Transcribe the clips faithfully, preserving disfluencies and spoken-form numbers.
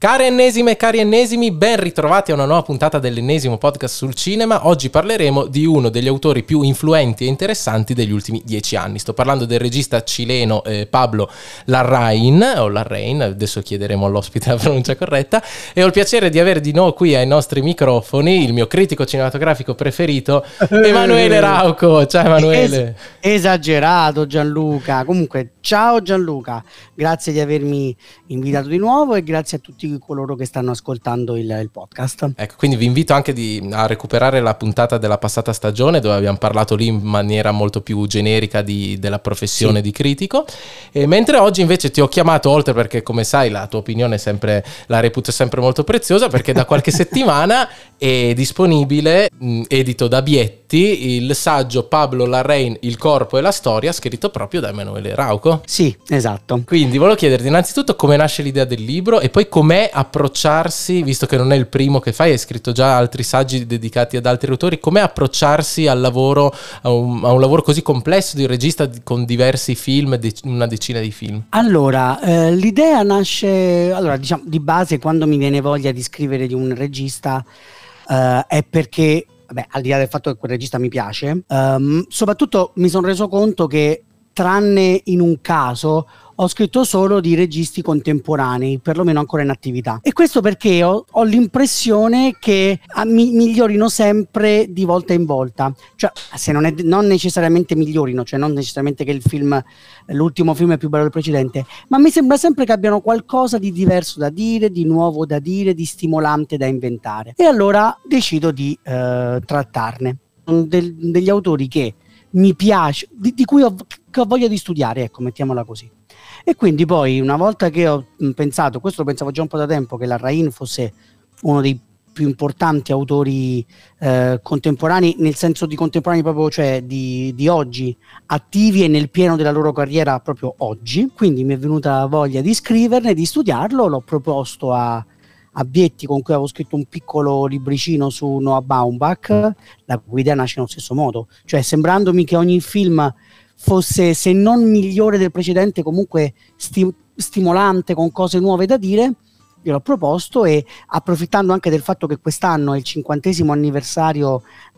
Care ennesime e cari ennesimi, ben ritrovati a una nuova puntata dell'ennesimo podcast sul cinema. Oggi parleremo di uno degli autori più influenti e interessanti degli ultimi dieci anni. Sto parlando del regista cileno eh, Pablo Larraín, o Larraín, adesso chiederemo all'ospite la pronuncia corretta, e ho il piacere di avere di nuovo qui ai nostri microfoni il mio critico cinematografico preferito, Emanuele Rauco. Ciao Emanuele. Es- esagerato Gianluca. Comunque, ciao Gianluca, grazie di avermi invitato di nuovo e grazie a tutti coloro che stanno ascoltando il, il podcast. Ecco, quindi vi invito anche di, a recuperare la puntata della passata stagione dove abbiamo parlato lì in maniera molto più generica di, della professione sì. di critico, e mentre oggi invece ti ho chiamato, oltre perché come sai la tua opinione è sempre, la reputo sempre molto preziosa, perché da qualche settimana è disponibile, mh, edito da Bietti, il saggio Pablo Larraín, Il corpo e la storia, scritto proprio da Emanuele Rauco. Sì, esatto. Quindi volevo chiederti innanzitutto come nasce l'idea del libro e poi com'è approcciarsi, visto che non è il primo che fai, hai scritto già altri saggi dedicati ad altri autori, com'è approcciarsi al lavoro, a un, a un lavoro così complesso di un regista con diversi film, una decina di film? Allora, eh, l'idea nasce, allora diciamo di base quando mi viene voglia di scrivere di un regista eh, è perché, vabbè, al di là del fatto che quel regista mi piace, ehm, soprattutto mi sono reso conto che tranne in un caso ho scritto solo di registi contemporanei, perlomeno ancora in attività, e questo perché ho, ho l'impressione che ah, mi, migliorino sempre di volta in volta, cioè se non, è, non necessariamente migliorino, cioè non necessariamente che il film, l'ultimo film è più bello del precedente, ma mi sembra sempre che abbiano qualcosa di diverso da dire, di nuovo da dire, di stimolante da inventare, e allora decido di eh, trattarne. Del, degli autori che mi piace, di, di cui ho, che ho voglia di studiare, ecco, mettiamola così. E quindi poi una volta che ho pensato, questo lo pensavo già un po' da tempo, che Larraín fosse uno dei più importanti autori eh, contemporanei, nel senso di contemporanei proprio, cioè di, di oggi, attivi e nel pieno della loro carriera proprio oggi, quindi mi è venuta voglia di scriverne, di studiarlo, l'ho proposto a a Bietti, con cui avevo scritto un piccolo libricino su Noah Baumbach, la cui idea nasce nello stesso modo, cioè sembrandomi che ogni film fosse, se non migliore del precedente, comunque sti- stimolante, con cose nuove da dire. Io l'ho proposto, e approfittando anche del fatto che quest'anno è il cinquantesimo anniversario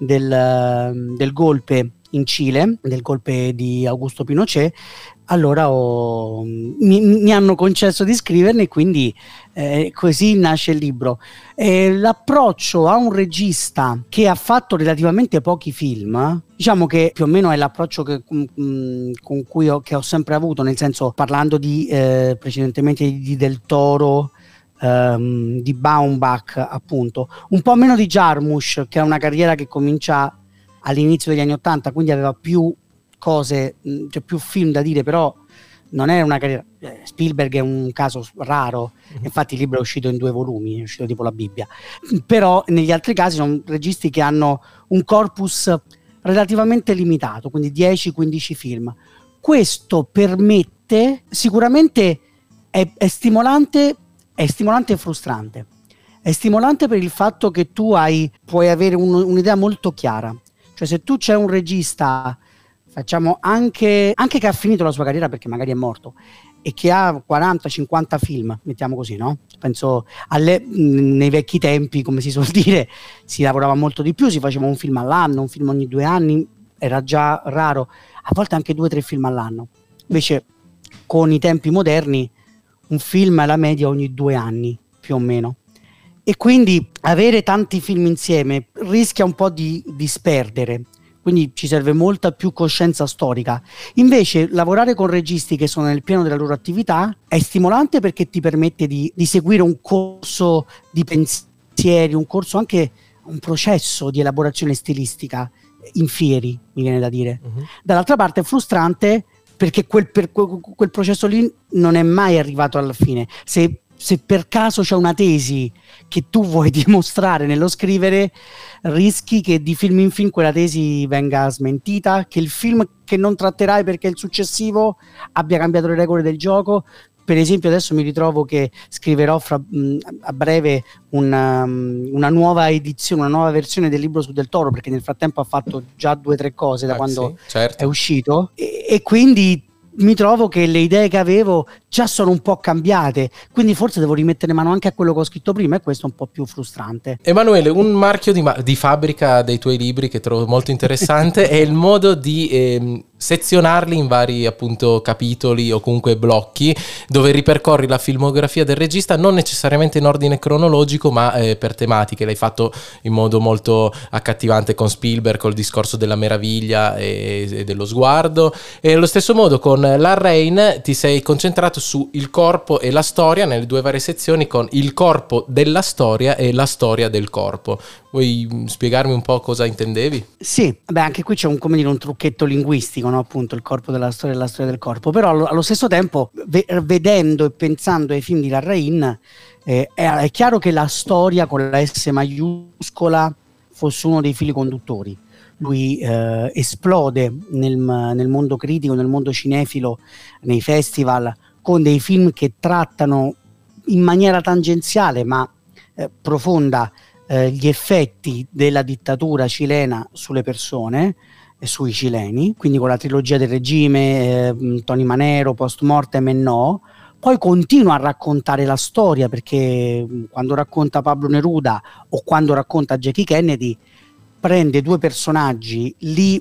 del, del golpe in Cile, del golpe di Augusto Pinochet, allora ho, mi, mi hanno concesso di scriverne, e quindi eh, così nasce il libro. E l'approccio a un regista che ha fatto relativamente pochi film, diciamo che più o meno è l'approccio che, mh, con cui ho, che ho sempre avuto, nel senso, parlando di eh, precedentemente di Del Toro, Um, di Baumbach, appunto, un po' meno di Jarmusch, che ha una carriera che comincia all'inizio degli anni ottanta, quindi aveva più cose, cioè più film da dire, però non è una carriera. Spielberg è un caso raro, infatti il libro è uscito in due volumi, è uscito tipo la Bibbia, però negli altri casi sono registi che hanno un corpus relativamente limitato, quindi dieci quindici film. Questo permette, sicuramente è, è stimolante. È stimolante e frustrante. È stimolante per il fatto che tu hai, puoi avere un, un'idea molto chiara. Cioè, se tu c'è un regista, facciamo anche, anche che ha finito la sua carriera perché magari è morto, e che ha quaranta cinquanta film, mettiamo così, no? Penso alle, nei vecchi tempi, come si suol dire, si lavorava molto di più, si faceva un film all'anno, un film ogni due anni, era già raro, a volte anche due o tre film all'anno. Invece, con i tempi moderni, un film alla media ogni due anni, più o meno. E quindi avere tanti film insieme rischia un po' di disperdere, quindi ci serve molta più coscienza storica. Invece lavorare con registi che sono nel pieno della loro attività è stimolante, perché ti permette di, di seguire un corso di pensieri, un corso anche, un processo di elaborazione stilistica in fieri, mi viene da dire. Uh-huh. Dall'altra parte è frustrante, perché quel, per, quel, quel processo lì non è mai arrivato alla fine. Se, se per caso c'è una tesi che tu vuoi dimostrare nello scrivere, rischi che di film in film quella tesi venga smentita, che il film che non tratterai perché è il successivo abbia cambiato le regole del gioco. Per esempio adesso mi ritrovo che scriverò fra, mh, a breve una, una nuova edizione, una nuova versione del libro su Del Toro, perché nel frattempo ha fatto già due o tre cose da ah, quando sì, certo. è uscito, e, e quindi mi trovo che le idee che avevo già sono un po' cambiate, quindi forse devo rimettere mano anche a quello che ho scritto prima, e questo è un po' più frustrante. Emanuele, un marchio di, ma- di fabbrica dei tuoi libri che trovo molto interessante è il modo di ehm, sezionarli in vari appunto capitoli o comunque blocchi, dove ripercorri la filmografia del regista non necessariamente in ordine cronologico, ma eh, per tematiche. L'hai fatto in modo molto accattivante con Spielberg, col discorso della meraviglia e, e dello sguardo, e allo stesso modo con Larraín ti sei concentrato su il corpo e la storia nelle due varie sezioni, con il corpo della storia e la storia del corpo. Vuoi spiegarmi un po' cosa intendevi? Sì, beh, anche qui c'è un, come dire, un trucchetto linguistico, no? Appunto il corpo della storia e la storia del corpo, però allo, allo stesso tempo ve, vedendo e pensando ai film di Larraín eh, è, è chiaro che la storia con la S maiuscola fosse uno dei fili conduttori. Lui eh, esplode nel, nel mondo critico, nel mondo cinefilo, nei festival, con dei film che trattano in maniera tangenziale ma eh, profonda eh, gli effetti della dittatura cilena sulle persone e sui cileni, quindi con la trilogia del regime, eh, Tony Manero, Post Mortem e No. Poi continua a raccontare la storia, perché quando racconta Pablo Neruda o quando racconta Jackie Kennedy prende due personaggi, li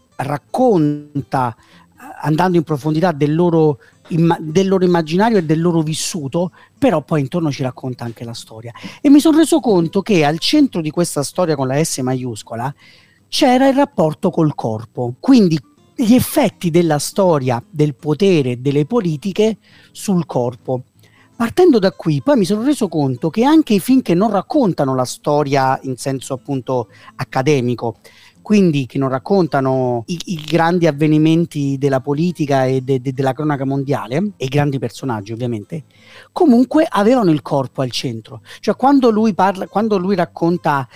racconta andando in profondità del loro, imma- del loro immaginario e del loro vissuto, però poi intorno ci racconta anche la storia. E mi sono reso conto che al centro di questa storia con la S maiuscola c'era il rapporto col corpo, quindi gli effetti della storia, del potere, delle politiche sul corpo. Partendo da qui, poi mi sono reso conto che anche i film che non raccontano la storia in senso appunto accademico, quindi che non raccontano i, i grandi avvenimenti della politica e de, de, della cronaca mondiale, e i grandi personaggi ovviamente, comunque avevano il corpo al centro. Cioè quando lui parla, quando lui racconta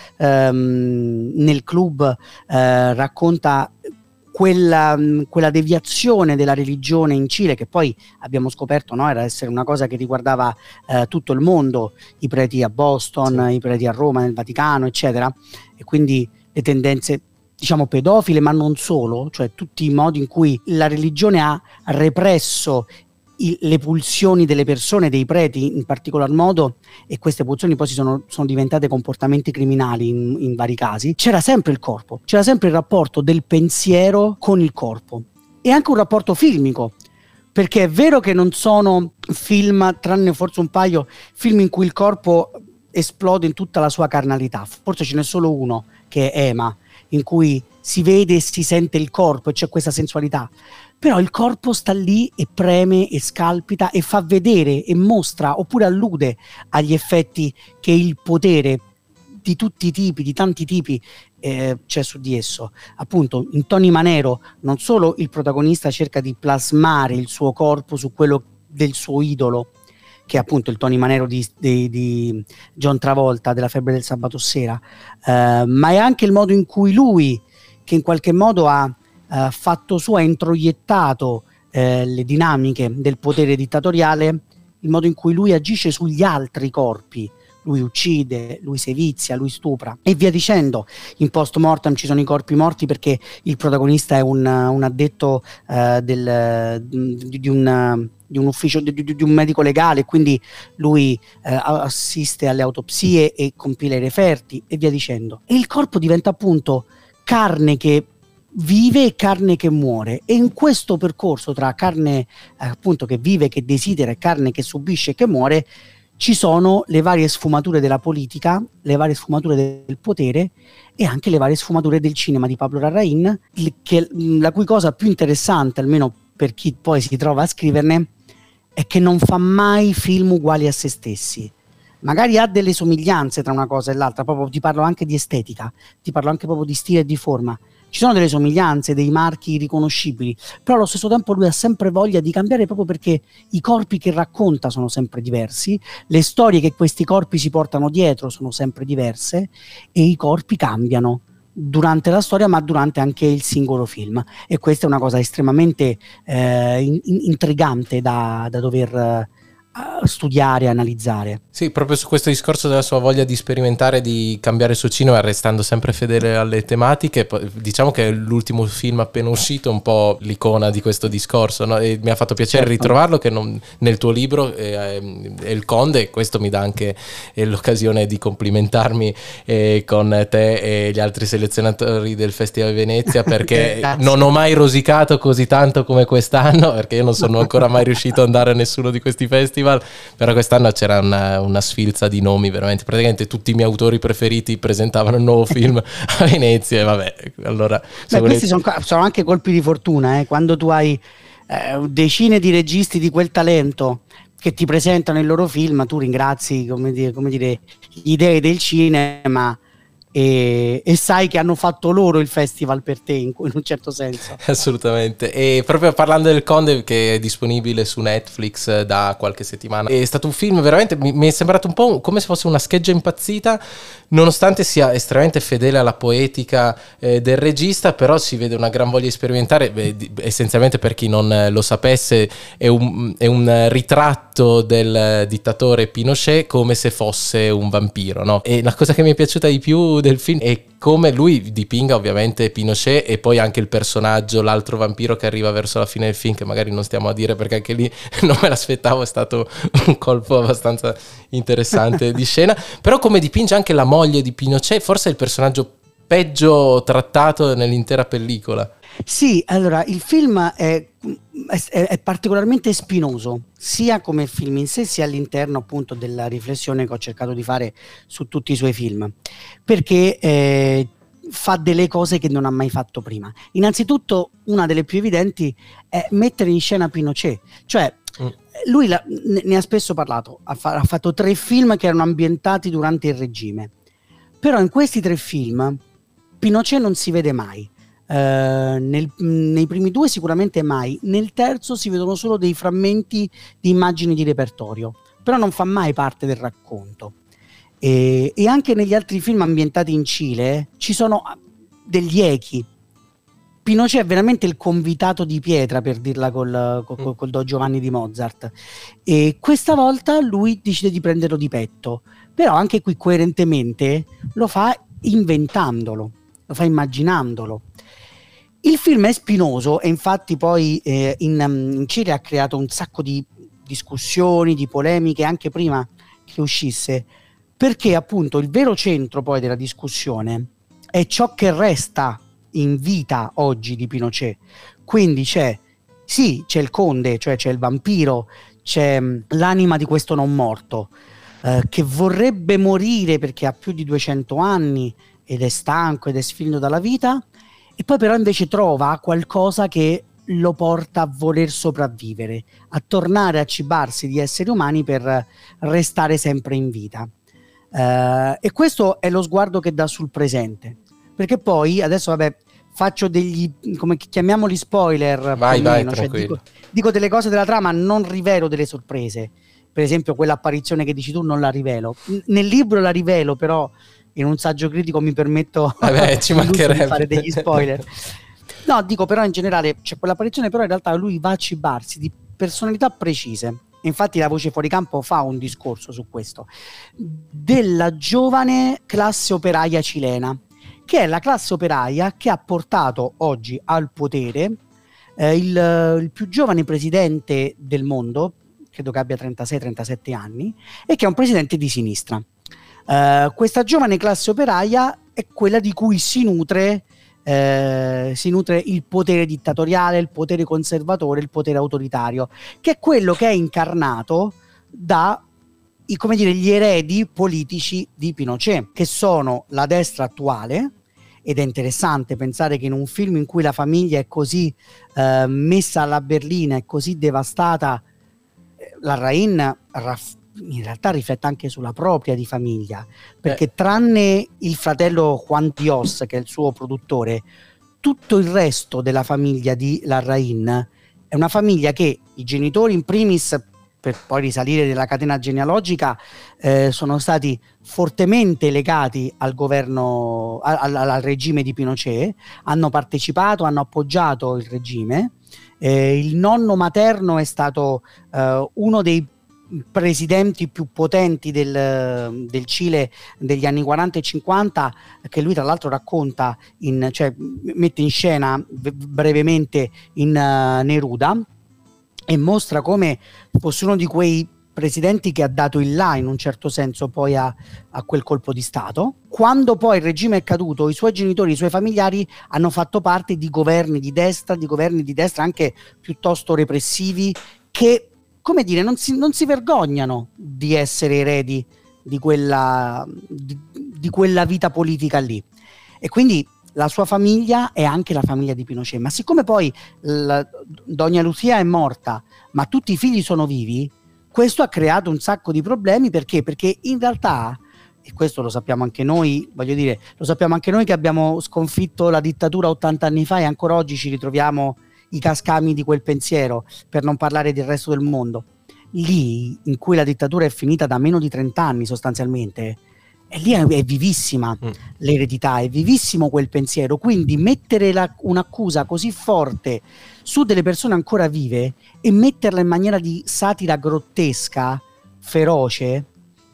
ehm, nel club, eh, racconta Quella, quella deviazione della religione in Cile, che poi abbiamo scoperto, no, era essere una cosa che riguardava eh, tutto il mondo, i preti a Boston, sì, i preti a Roma, nel Vaticano, eccetera, e quindi le tendenze, diciamo, pedofile, ma non solo, cioè tutti i modi in cui la religione ha represso i, le pulsioni delle persone, dei preti in particolar modo, e queste pulsioni poi si sono, sono diventate comportamenti criminali in, in vari casi. C'era sempre il corpo, c'era sempre il rapporto del pensiero con il corpo, e anche un rapporto filmico, perché è vero che non sono film, tranne forse un paio, film in cui il corpo esplode in tutta la sua carnalità. Forse ce n'è solo uno, che è Ema, in cui si vede e si sente il corpo e c'è questa sensualità, però il corpo sta lì e preme e scalpita e fa vedere e mostra, oppure allude agli effetti che il potere di tutti i tipi, di tanti tipi, eh, c'è su di esso. Appunto in Tony Manero non solo il protagonista cerca di plasmare il suo corpo su quello del suo idolo, che è appunto il Tony Manero di, di, di John Travolta, della Febbre del sabato sera, eh, ma è anche il modo in cui lui, che in qualche modo ha Uh, fatto suo, ha introiettato eh, le dinamiche del potere dittatoriale, il modo in cui lui agisce sugli altri corpi. Lui uccide, lui sevizia, lui stupra e via dicendo. In Post Mortem ci sono i corpi morti perché il protagonista è un, un addetto uh, del, di, di, un, di un ufficio, di, di, di un medico legale, quindi lui uh, assiste alle autopsie e compila i referti e via dicendo. E il corpo diventa appunto carne che vive e carne che muore, e in questo percorso tra carne eh, appunto che vive, che desidera, e carne che subisce e che muore, ci sono le varie sfumature della politica, le varie sfumature del potere e anche le varie sfumature del cinema di Pablo Larraín, che, la cui cosa più interessante, almeno per chi poi si trova a scriverne, è che non fa mai film uguali a se stessi. Magari ha delle somiglianze tra una cosa e l'altra, proprio ti parlo anche di estetica, ti parlo anche proprio di stile e di forma. Ci sono delle somiglianze, dei marchi riconoscibili, però allo stesso tempo lui ha sempre voglia di cambiare, proprio perché i corpi che racconta sono sempre diversi, le storie che questi corpi si portano dietro sono sempre diverse, e i corpi cambiano durante la storia, ma durante anche il singolo film, e questa è una cosa estremamente eh, in, intrigante da, da dover a studiare, analizzare. Sì, proprio su questo discorso della sua voglia di sperimentare, di cambiare il suo cinema, restando sempre fedele alle tematiche. Diciamo che l'ultimo film appena uscito è un po' l'icona di questo discorso, no? E mi ha fatto piacere Certo. ritrovarlo che non, nel tuo libro eh, è il Conde, e questo mi dà anche eh, l'occasione di complimentarmi eh, con te e gli altri selezionatori del Festival di Venezia, perché non ho mai rosicato così tanto come quest'anno, perché io non sono ancora mai riuscito ad andare a nessuno di questi festival, però quest'anno c'era una, una sfilza di nomi, veramente praticamente tutti i miei autori preferiti presentavano il nuovo film a Venezia e vabbè, allora Beh, volete... questi sono, sono anche colpi di fortuna, eh? Quando tu hai eh, decine di registi di quel talento che ti presentano il loro film, tu ringrazi, come dire, come dire gli dei del cinema e, e sai che hanno fatto loro il festival per te, in, in un certo senso. Assolutamente. E proprio parlando del Conde, che è disponibile su Netflix da qualche settimana, è stato un film veramente, mi, mi è sembrato un po' come se fosse una scheggia impazzita, nonostante sia estremamente fedele alla poetica eh, del regista, però si vede una gran voglia di sperimentare. Beh, essenzialmente, per chi non lo sapesse, è un, è un ritratto del dittatore Pinochet come se fosse un vampiro, no? E la cosa che mi è piaciuta di più del film è come lui dipinga ovviamente Pinochet e poi anche il personaggio, l'altro vampiro che arriva verso la fine del film, che magari non stiamo a dire perché anche lì non me l'aspettavo, è stato un colpo abbastanza interessante di scena, però come dipinge anche la moglie di Pinochet, forse è il personaggio peggio trattato nell'intera pellicola. Sì, allora il film è, è, è particolarmente spinoso, sia come film in sé, sia all'interno appunto della riflessione che ho cercato di fare su tutti i suoi film, perché eh, fa delle cose che non ha mai fatto prima. Innanzitutto, una delle più evidenti è mettere in scena Pinochet, cioè mm. lui la, ne ha spesso parlato, ha, fa, ha fatto tre film che erano ambientati durante il regime, però in questi tre film Pinochet non si vede mai. Uh, nel, nei primi due sicuramente mai, nel terzo si vedono solo dei frammenti di immagini di repertorio, però non fa mai parte del racconto. E, e anche negli altri film ambientati in Cile ci sono degli echi. Pinochet è veramente il convitato di pietra, per dirla col, col, col Don Giovanni di Mozart, e questa volta lui decide di prenderlo di petto, però anche qui coerentemente lo fa inventandolo, lo fa immaginandolo. Il film è spinoso e infatti poi eh, in, in Cile ha creato un sacco di discussioni, di polemiche anche prima che uscisse, perché appunto il vero centro poi della discussione è ciò che resta in vita oggi di Pinochet. Quindi c'è, sì, c'è il conde, cioè c'è il vampiro, c'è mh, l'anima di questo non morto eh, che vorrebbe morire perché ha più di duecento anni ed è stanco ed è sfinito dalla vita, e poi però invece trova qualcosa che lo porta a voler sopravvivere, a tornare a cibarsi di esseri umani per restare sempre in vita. Uh, e questo è lo sguardo che dà sul presente, perché poi adesso vabbè faccio degli, come chiamiamoli, spoiler, vai, vai, meno, cioè dico, dico delle cose della trama, non rivelo delle sorprese. Per esempio quell'apparizione che dici tu non la rivelo, nel libro la rivelo, però in un saggio critico mi permetto Vabbè, ci mancherebbe di fare degli spoiler. No, dico però in generale c'è quell'apparizione, però in realtà lui va a cibarsi di personalità precise. Infatti la Voce Fuori Campo fa un discorso su questo, della giovane classe operaia cilena, che è la classe operaia che ha portato oggi al potere eh, il, il più giovane presidente del mondo, credo che abbia trentasei trentasette anni, e che è un presidente di sinistra. Uh, questa giovane classe operaia è quella di cui si nutre, eh, si nutre il potere dittatoriale, il potere conservatore, il potere autoritario, che è quello che è incarnato da i, come dire, gli eredi politici di Pinochet, che sono la destra attuale. Ed è interessante pensare che in un film in cui la famiglia è così eh, messa alla berlina, è così devastata, Larraín raff- in realtà riflette anche sulla propria di famiglia, perché eh. tranne il fratello Juan Dios, che è il suo produttore, tutto il resto della famiglia di Larraín è una famiglia che i genitori in primis, per poi risalire nella catena genealogica, eh, sono stati fortemente legati al governo, al, al regime di Pinochet, hanno partecipato, hanno appoggiato il regime. Eh, il nonno materno è stato eh, uno dei presidenti più potenti del, del Cile degli anni quaranta e cinquanta, che lui tra l'altro racconta, in, cioè mette in scena brevemente in uh, Neruda, e mostra come fosse uno di quei presidenti che ha dato il là in un certo senso poi a, a quel colpo di stato. Quando poi il regime è caduto, i suoi genitori, i suoi familiari hanno fatto parte di governi di destra, di governi di destra anche piuttosto repressivi, che, come dire, non si, non si vergognano di essere eredi di quella, di, di quella vita politica lì. E quindi la sua famiglia è anche la famiglia di Pinochet. Ma siccome poi la, Dona Lucia è morta, ma tutti i figli sono vivi, questo ha creato un sacco di problemi. Perché? Perché in realtà, e questo lo sappiamo anche noi, voglio dire, lo sappiamo anche noi che abbiamo sconfitto la dittatura ottanta anni fa, e ancora oggi ci ritroviamo i cascami di quel pensiero, per non parlare del resto del mondo. Lì, in cui la dittatura è finita da meno di trenta anni sostanzialmente, e lì è, è vivissima mm. l'eredità, è vivissimo quel pensiero. Quindi mettere la, un'accusa così forte su delle persone ancora vive e metterla in maniera di satira grottesca, feroce,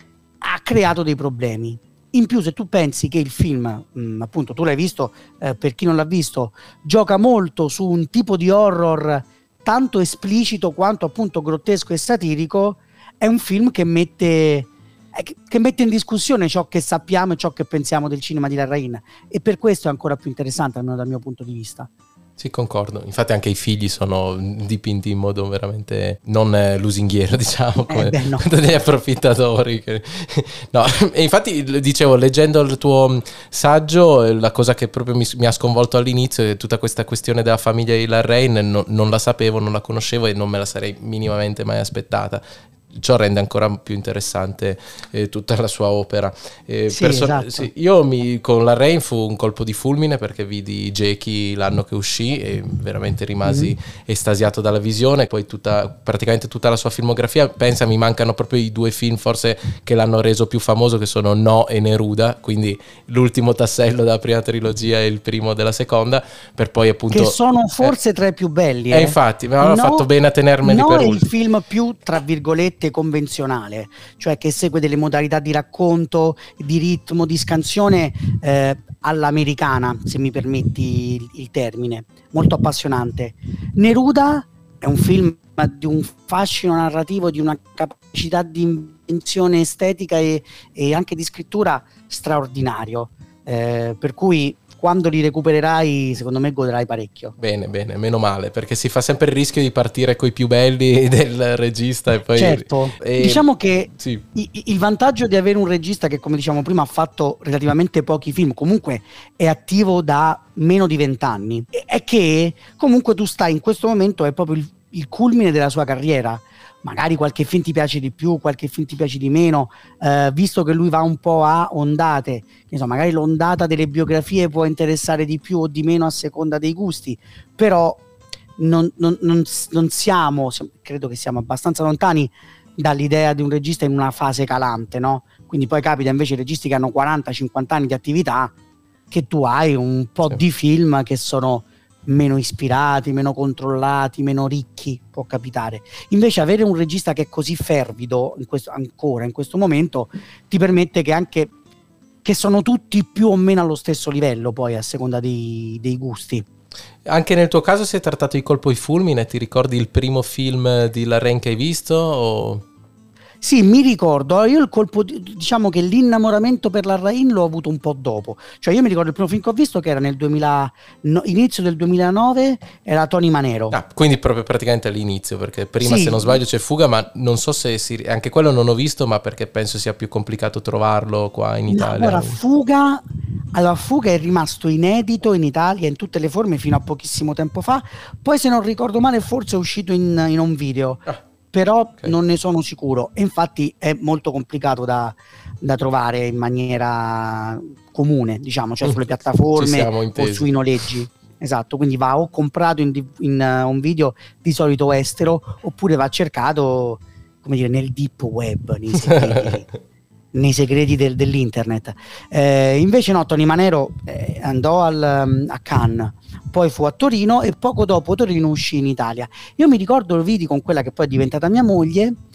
ha creato dei problemi. In più, se tu pensi che il film, mh, appunto tu l'hai visto, eh, per chi non l'ha visto, gioca molto su un tipo di horror tanto esplicito quanto appunto grottesco e satirico, è un film che mette che mette in discussione ciò che sappiamo e ciò che pensiamo del cinema di Larraín, e per questo è ancora più interessante, almeno dal mio punto di vista. Sì, concordo. Infatti anche i figli sono dipinti in modo veramente non lusinghiero, diciamo, come eh beh, no. degli approfittatori. Che... no, e infatti dicevo, leggendo il tuo saggio, la cosa che proprio mi, mi ha sconvolto all'inizio è tutta questa questione della famiglia di Larraín. No, non la sapevo, non la conoscevo e non me la sarei minimamente mai aspettata. Ciò rende ancora più interessante eh, tutta la sua opera. Eh, sì, perso- esatto. sì, io mi, con Larraín fu un colpo di fulmine, perché vidi Jackie l'anno che uscì e veramente rimasi mm-hmm. estasiato dalla visione. Poi tutta, praticamente tutta la sua filmografia, pensa, mi mancano proprio i due film forse che l'hanno reso più famoso, che sono No e Neruda, quindi l'ultimo tassello della prima trilogia e il primo della seconda, per poi appunto... Che sono forse eh, tra i più belli. Eh, eh. infatti, mi aveva no, fatto bene a tenermeli no per ultimo. ultimo. Il film più, tra virgolette, convenzionale, cioè che segue delle modalità di racconto, di ritmo, di scansione eh, all'americana, se mi permetti il, il termine, molto appassionante. Neruda è un film di un fascino narrativo, di una capacità di invenzione estetica e, e anche di scrittura straordinario, eh, per cui quando li recupererai, secondo me godrai parecchio. Bene, bene, meno male, perché si fa sempre il rischio di partire coi più belli del regista e poi... Certo, e... diciamo che sì. i, il vantaggio di avere un regista che, come diciamo prima, ha fatto relativamente pochi film, comunque è attivo da meno di vent'anni, è che comunque tu stai in questo momento, è proprio il, il culmine della sua carriera. Magari qualche film ti piace di più, qualche film ti piace di meno, eh, visto che lui va un po' a ondate, insomma, magari l'ondata delle biografie può interessare di più o di meno a seconda dei gusti, però non, non, non, non siamo, credo che siamo abbastanza lontani dall'idea di un regista in una fase calante, no? Quindi poi capita invece i registi che hanno quaranta cinquanta anni di attività, che tu hai un po' sì. di film che sono meno ispirati, meno controllati, meno ricchi, può capitare. Invece avere un regista che è così fervido in questo, ancora in questo momento, ti permette che anche che sono tutti più o meno allo stesso livello, poi a seconda dei, dei gusti. Anche nel tuo caso si è trattato di colpo di fulmine? Ti ricordi il primo film di Larraín che hai visto? O... Sì, mi ricordo, io il colpo, diciamo che l'innamoramento per Larraín l'ho avuto un po' dopo, cioè io mi ricordo il primo film che ho visto che era nel duemila, no, inizio del duemilanove, era Tony Manero. Ah, quindi proprio praticamente all'inizio, perché prima sì. se non sbaglio c'è Fuga, ma non so se si, anche quello non ho visto, ma perché penso sia più complicato trovarlo qua in Italia. Allora, Fuga, allora, Fuga è rimasto inedito in Italia in tutte le forme fino a pochissimo tempo fa, poi se non ricordo male forse è uscito in, in un video. Ah. Però okay. non ne sono sicuro, e infatti è molto complicato da, da trovare in maniera comune, diciamo, cioè sulle piattaforme o sui noleggi. Esatto, quindi va o comprato in, in uh, un video di solito estero, oppure va cercato, come dire, nel deep web, nei segreti, nei segreti del, dell'internet. Eh, invece no, Tony Manero eh, andò al, um, a Cannes, poi fu a Torino e poco dopo Torino uscì in Italia. Io mi ricordo, lo vidi con quella che poi è diventata mia moglie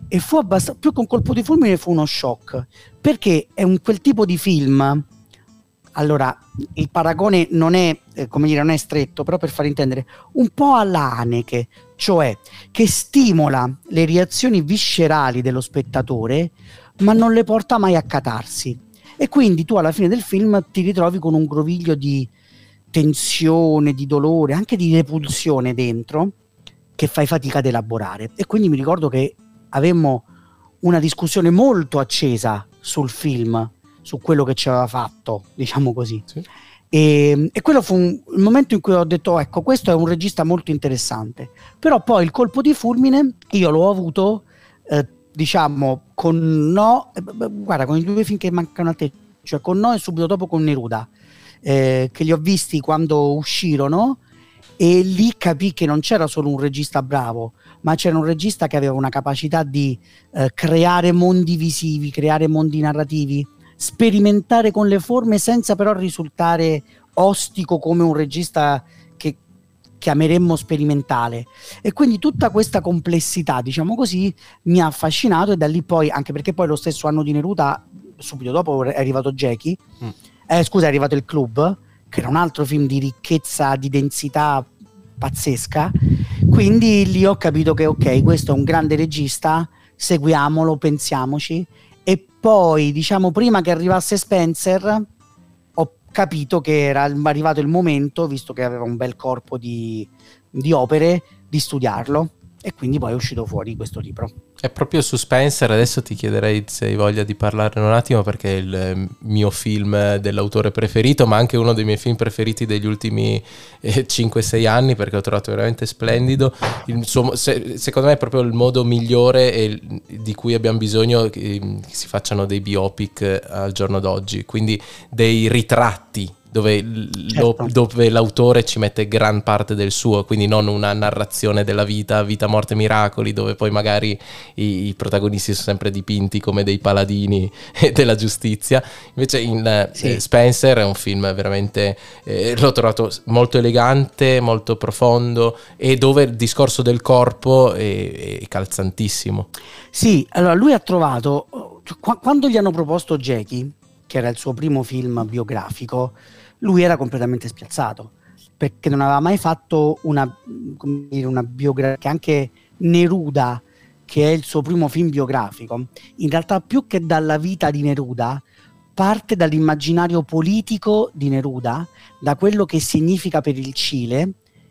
e fu abbastanza, più che un colpo di fulmine fu uno shock, perché è un quel tipo di film. Allora, il paragone non è, eh, come dire, non è stretto, però per far intendere, un po' alla Haneke, cioè che stimola le reazioni viscerali dello spettatore, ma non le porta mai a catarsi. E quindi tu alla fine del film ti ritrovi con un groviglio di tensione, di dolore, anche di repulsione dentro, che fai fatica ad elaborare. E quindi mi ricordo che avemmo una discussione molto accesa sul film, su quello che ci aveva fatto, diciamo così. Sì. E, e quello fu un, il momento in cui ho detto, ecco, questo è un regista molto interessante. Però poi il colpo di fulmine io l'ho avuto, eh, diciamo, con No, eh, guarda, con i due film che mancano a te, cioè con No e subito dopo con Neruda, eh, che li ho visti quando uscirono, e lì capì che non c'era solo un regista bravo, ma c'era un regista che aveva una capacità di eh, creare mondi visivi, creare mondi narrativi, sperimentare con le forme senza però risultare ostico come un regista che chiameremmo sperimentale. E quindi tutta questa complessità, diciamo così, mi ha affascinato, e da lì poi, anche perché poi lo stesso anno di Neruda, subito dopo è arrivato Jackie, mm. eh, scusa, è arrivato Il Club, che era un altro film di ricchezza, di densità pazzesca. Quindi lì ho capito che ok, questo è un grande regista, seguiamolo, pensiamoci. E poi, diciamo, prima che arrivasse Spencer, ho capito che era arrivato il momento, visto che aveva un bel corpo di, di opere, di studiarlo. E quindi poi è uscito fuori questo libro. È proprio su Spencer, adesso ti chiederei se hai voglia di parlarne un attimo, perché è il mio film dell'autore preferito, ma anche uno dei miei film preferiti degli ultimi eh, cinque sei anni, perché l'ho trovato veramente splendido. Il suo, se, secondo me è proprio il modo migliore e di cui abbiamo bisogno che, che si facciano dei biopic al giorno d'oggi, quindi dei ritratti dove, certo. lo, dove l'autore ci mette gran parte del suo, quindi non una narrazione della vita, vita, morte, miracoli, dove poi magari i, i protagonisti sono sempre dipinti come dei paladini della giustizia. Invece in sì. eh, Spencer è un film veramente, eh, l'ho trovato molto elegante, molto profondo, e dove il discorso del corpo è, è calzantissimo. Sì, allora lui ha trovato, quando gli hanno proposto Jackie, che era il suo primo film biografico, lui era completamente spiazzato, perché non aveva mai fatto una, come dire, una biografia. Anche Neruda, che è il suo primo film biografico, in realtà più che dalla vita di Neruda, parte dall'immaginario politico di Neruda, da quello che significa per il Cile,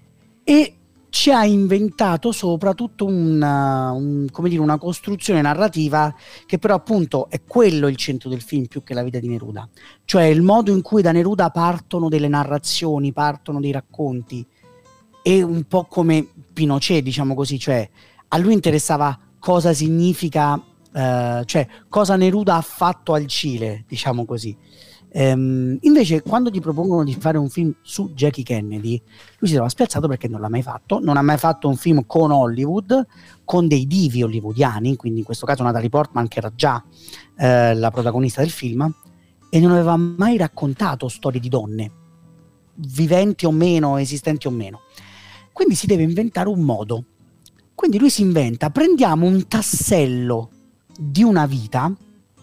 e ci ha inventato soprattutto una, un, come dire, una costruzione narrativa che però appunto è quello il centro del film più che la vita di Neruda, cioè il modo in cui da Neruda partono delle narrazioni, partono dei racconti. È un po' come Pinochet, diciamo così, cioè a lui interessava cosa significa, uh, cioè cosa Neruda ha fatto al Cile, diciamo così. Um, invece quando ti propongono di fare un film su Jackie Kennedy, lui si trova spiazzato perché non l'ha mai fatto, non ha mai fatto un film con Hollywood, con dei divi hollywoodiani, quindi in questo caso Natalie Portman, che era già eh, la protagonista del film, e non aveva mai raccontato storie di donne, viventi o meno, esistenti o meno. Quindi si deve inventare un modo. Quindi lui si inventa, prendiamo un tassello di una vita.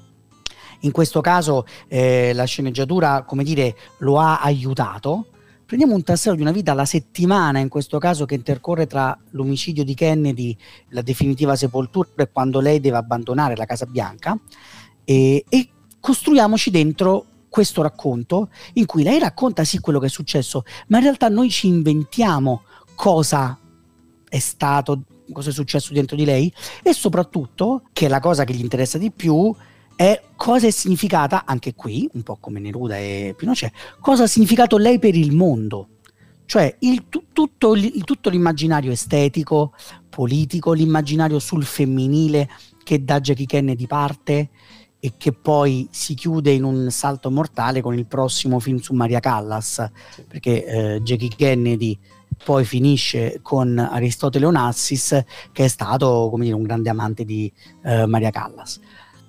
In questo caso eh, la sceneggiatura, come dire, lo ha aiutato. Prendiamo un tassello di una vita, la settimana in questo caso che intercorre tra l'omicidio di Kennedy, la definitiva sepoltura e quando lei deve abbandonare la Casa Bianca, e, e costruiamoci dentro questo racconto in cui lei racconta sì quello che è successo, ma in realtà noi ci inventiamo cosa è stato, cosa è successo dentro di lei, e soprattutto, che è la cosa che gli interessa di più, è cosa è significata, anche qui, un po' come Neruda e Pinochet, cosa ha significato lei per il mondo. Cioè il, tu, tutto, il, tutto l'immaginario estetico, politico, l'immaginario sul femminile che da Jackie Kennedy parte e che poi si chiude in un salto mortale con il prossimo film su Maria Callas, perché eh, Jackie Kennedy poi finisce con Aristotele Onassis, che è stato, come dire, un grande amante di eh, Maria Callas.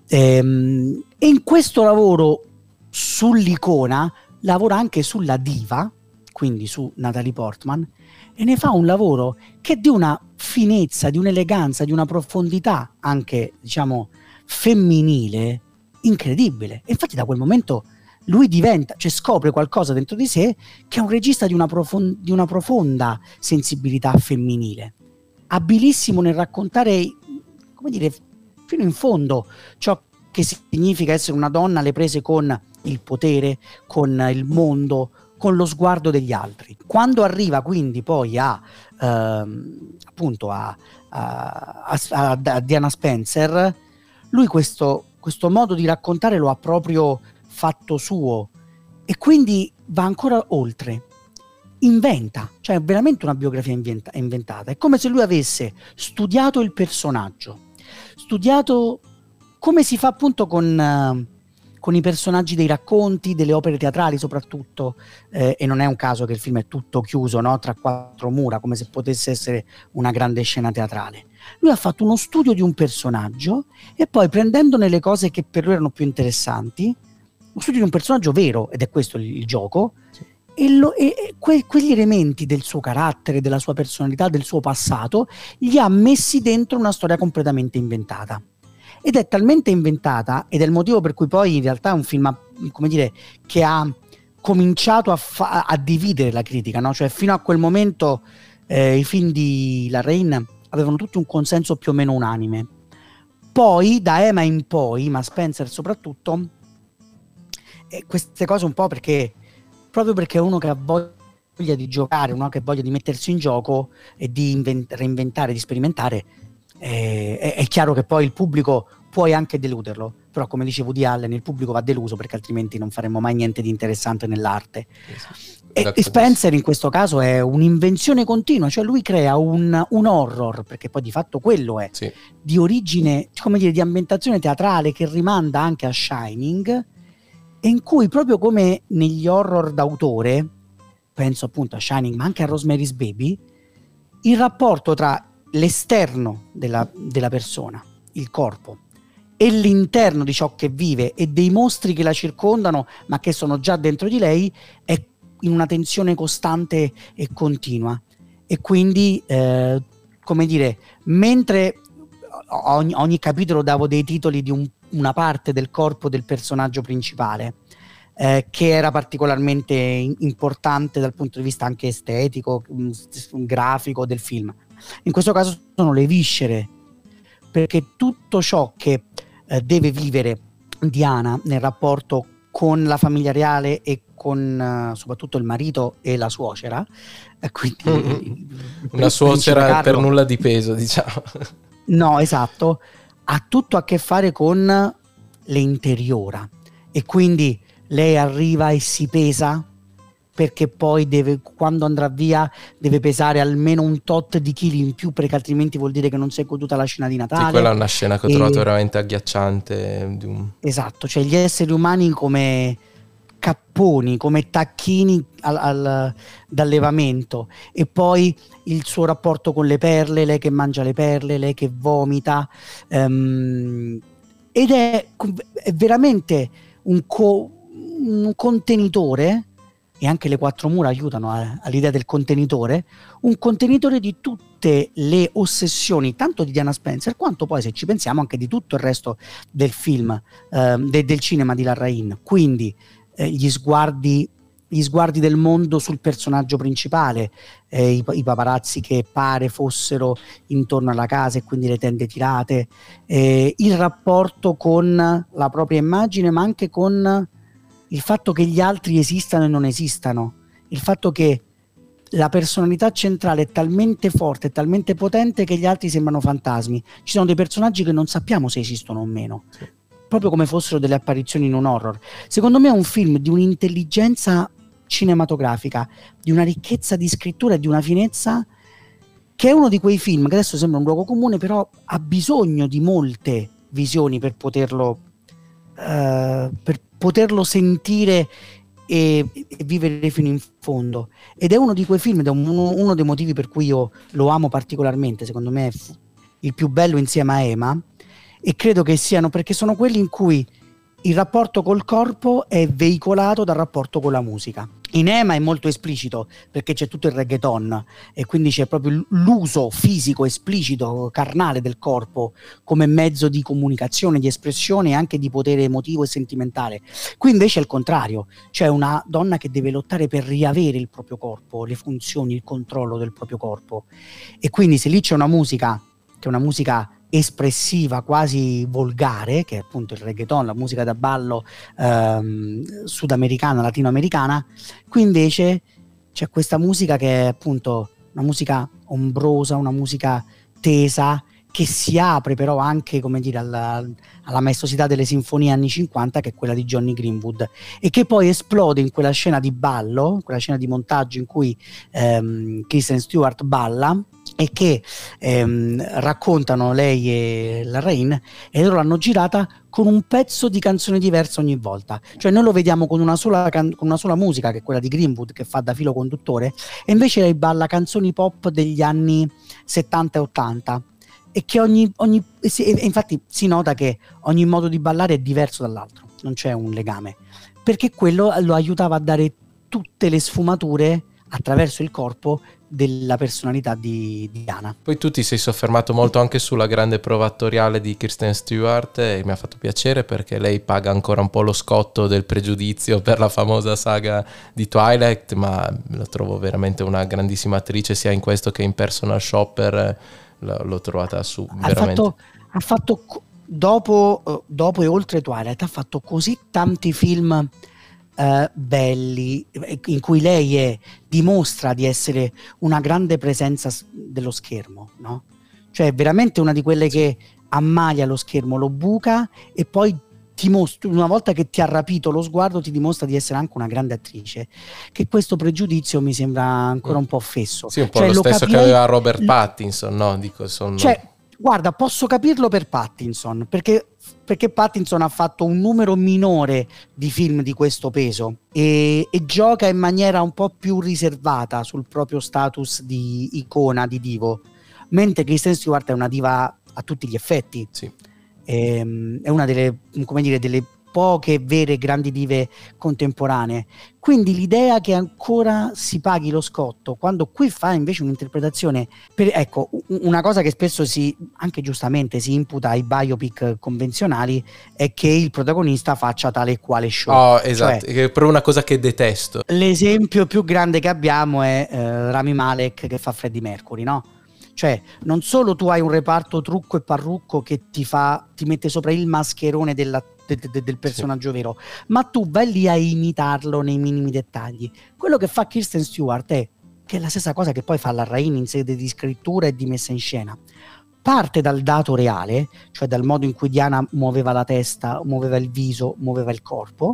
Ehm, e in questo lavoro sull'icona lavora anche sulla diva, quindi su Natalie Portman, e ne fa un lavoro che è di una finezza, di un'eleganza, di una profondità anche, diciamo, femminile incredibile. E infatti da quel momento lui diventa, cioè scopre qualcosa dentro di sé che è un regista di una, profon- di una profonda sensibilità femminile, abilissimo nel raccontare, come dire, fino in fondo ciò che significa essere una donna alle prese con il potere, con il mondo, con lo sguardo degli altri. Quando arriva quindi poi a ehm, appunto a, a, a, a Diana Spencer, lui questo, questo modo di raccontare lo ha proprio fatto suo e quindi va ancora oltre, inventa, cioè è veramente una biografia inventa, inventata. È come se lui avesse studiato il personaggio, studiato come si fa appunto con, uh, con i personaggi dei racconti, delle opere teatrali soprattutto, eh, e non è un caso che il film è tutto chiuso, no? Tra quattro mura, come se potesse essere una grande scena teatrale. Lui ha fatto uno studio di un personaggio e poi, prendendone le cose che per lui erano più interessanti, uno studio di un personaggio vero, ed è questo il, il gioco, sì. e, lo, e, e que, quegli elementi del suo carattere, della sua personalità, del suo passato, li ha messi dentro una storia completamente inventata. Ed è talmente inventata, ed è il motivo per cui poi in realtà è un film, come dire, che ha cominciato a, fa- a dividere la critica, no? Cioè fino a quel momento eh, i film di Larraín avevano tutti un consenso più o meno unanime. Poi da Emma in poi, ma Spencer soprattutto, eh, queste cose un po' perché proprio perché è uno che ha voglia di giocare, uno che ha voglia di mettersi in gioco e di invent- reinventare, di sperimentare, eh, è, è chiaro che poi il pubblico puoi anche deluderlo, però come dice Woody Allen, il pubblico va deluso perché altrimenti non faremmo mai niente di interessante nell'arte. E, e Spencer in questo caso è un'invenzione continua, cioè lui crea un, un horror, perché poi di fatto quello è, sì. di origine, come dire, di ambientazione teatrale che rimanda anche a Shining, e in cui proprio come negli horror d'autore, penso appunto a Shining ma anche a Rosemary's Baby, il rapporto tra l'esterno della, della persona, il corpo, e l'interno di ciò che vive e dei mostri che la circondano ma che sono già dentro di lei è in una tensione costante e continua. E quindi eh, come dire, mentre ogni, ogni capitolo davo dei titoli di un, una parte del corpo del personaggio principale eh, che era particolarmente importante dal punto di vista anche estetico, grafico del film, in questo caso sono le viscere, perché tutto ciò che eh, deve vivere Diana nel rapporto con la famiglia reale e con uh, soprattutto il marito e la suocera, eh, quindi mm-hmm. una suocera Carlo, per nulla di peso, diciamo. No, esatto, ha tutto a che fare con le interiora, e quindi lei arriva e si pesa perché poi deve, quando andrà via deve pesare almeno un tot di chili in più, perché altrimenti vuol dire che non si è goduta la scena di Natale. Sì, quella è una scena che ho e... trovato veramente agghiacciante. Di un... Esatto, cioè gli esseri umani come capponi, come tacchini al, al, d'allevamento, e poi il suo rapporto con le perle, lei che mangia le perle, lei che vomita, um, ed è, è veramente un, co, un contenitore, e anche le quattro mura aiutano a, all'idea del contenitore, un contenitore di tutte le ossessioni, tanto di Diana Spencer, quanto poi, se ci pensiamo, anche di tutto il resto del film, eh, de, del cinema di Larraín. Quindi eh, gli sguardi gli sguardi del mondo sul personaggio principale, eh, i, i paparazzi che pare fossero intorno alla casa e quindi le tende tirate, eh, il rapporto con la propria immagine, ma anche con il fatto che gli altri esistano e non esistano, il fatto che la personalità centrale è talmente forte, è talmente potente che gli altri sembrano fantasmi. Ci sono dei personaggi che non sappiamo se esistono o meno, sì. proprio come fossero delle apparizioni in un horror. Secondo me è un film di un'intelligenza cinematografica, di una ricchezza di scrittura e di una finezza, che è uno di quei film che adesso sembra un luogo comune, però ha bisogno di molte visioni per poterlo uh, per poterlo sentire e, e vivere fino in fondo. Ed è uno di quei film, ed è uno, uno dei motivi per cui io lo amo particolarmente. Secondo me è f- il più bello insieme a Emma, e credo che siano perché sono quelli in cui il rapporto col corpo è veicolato dal rapporto con la musica. In Ema è molto esplicito perché c'è tutto il reggaeton e quindi c'è proprio l'uso fisico esplicito, carnale del corpo come mezzo di comunicazione, di espressione e anche di potere emotivo e sentimentale. Qui invece è il contrario, c'è una donna che deve lottare per riavere il proprio corpo, le funzioni, il controllo del proprio corpo, e quindi se lì c'è una musica che è una musica espressiva, quasi volgare, che è appunto il reggaeton, la musica da ballo ehm, sudamericana, latinoamericana, qui invece c'è questa musica che è appunto una musica ombrosa, una musica tesa, che si apre però anche, come dire, alla, alla maestosità delle sinfonie anni cinquanta, che è quella di Johnny Greenwood, e che poi esplode in quella scena di ballo, quella scena di montaggio in cui ehm, Kristen Stewart balla, e che ehm, raccontano lei e la Rain, e loro l'hanno girata con un pezzo di canzone diversa ogni volta, cioè noi lo vediamo con una sola, can- con una sola musica, che è quella di Greenwood, che fa da filo conduttore, e invece lei balla canzoni pop degli anni settanta e ottanta, e che ogni, ogni e infatti si nota che ogni modo di ballare è diverso dall'altro, non c'è un legame, perché quello lo aiutava a dare tutte le sfumature attraverso il corpo della personalità di Diana. Poi tu ti sei soffermato molto anche sulla grande prova attoriale di Kristen Stewart, e mi ha fatto piacere perché lei paga ancora un po' lo scotto del pregiudizio per la famosa saga di Twilight, ma la trovo veramente una grandissima attrice sia in questo che in Personal Shopper. L'ho trovata su veramente. Ha fatto, ha fatto dopo, dopo e oltre Twilight ha fatto così tanti film Uh, belli, in cui lei è, dimostra di essere una grande presenza dello schermo, no? Cioè è veramente una di quelle che ammalia lo schermo, lo buca, e poi ti mostra, una volta che ti ha rapito lo sguardo, ti dimostra di essere anche una grande attrice, che questo pregiudizio mi sembra ancora un po' fesso. Sì, un po' cioè, lo stesso capirei... che aveva Robert Pattinson, no? Dico, sono... Cioè, guarda, posso capirlo per Pattinson, perché perché Pattinson ha fatto un numero minore di film di questo peso e, e gioca in maniera un po' più riservata sul proprio status di icona, di divo, mentre Kristen Stewart è una diva a tutti gli effetti. Sì. È, è una delle, come dire, delle poche vere grandi dive contemporanee, quindi l'idea che ancora si paghi lo scotto quando qui fa invece un'interpretazione per, ecco, una cosa che spesso si, anche giustamente, si imputa ai biopic convenzionali è che il protagonista faccia tale e quale show. Oh, esatto, cioè, che è proprio una cosa che detesto. L'esempio più grande che abbiamo è eh, Rami Malek che fa Freddie Mercury, no? Cioè, non solo tu hai un reparto trucco e parrucco che ti fa, ti mette sopra il mascherone della, de, de, del personaggio, sì, vero, ma tu vai lì a imitarlo nei minimi dettagli. Quello che fa Kristen Stewart è che è la stessa cosa che poi fa la Rain in sede di scrittura e di messa in scena. Parte dal dato reale, cioè dal modo in cui Diana muoveva la testa, muoveva il viso, muoveva il corpo,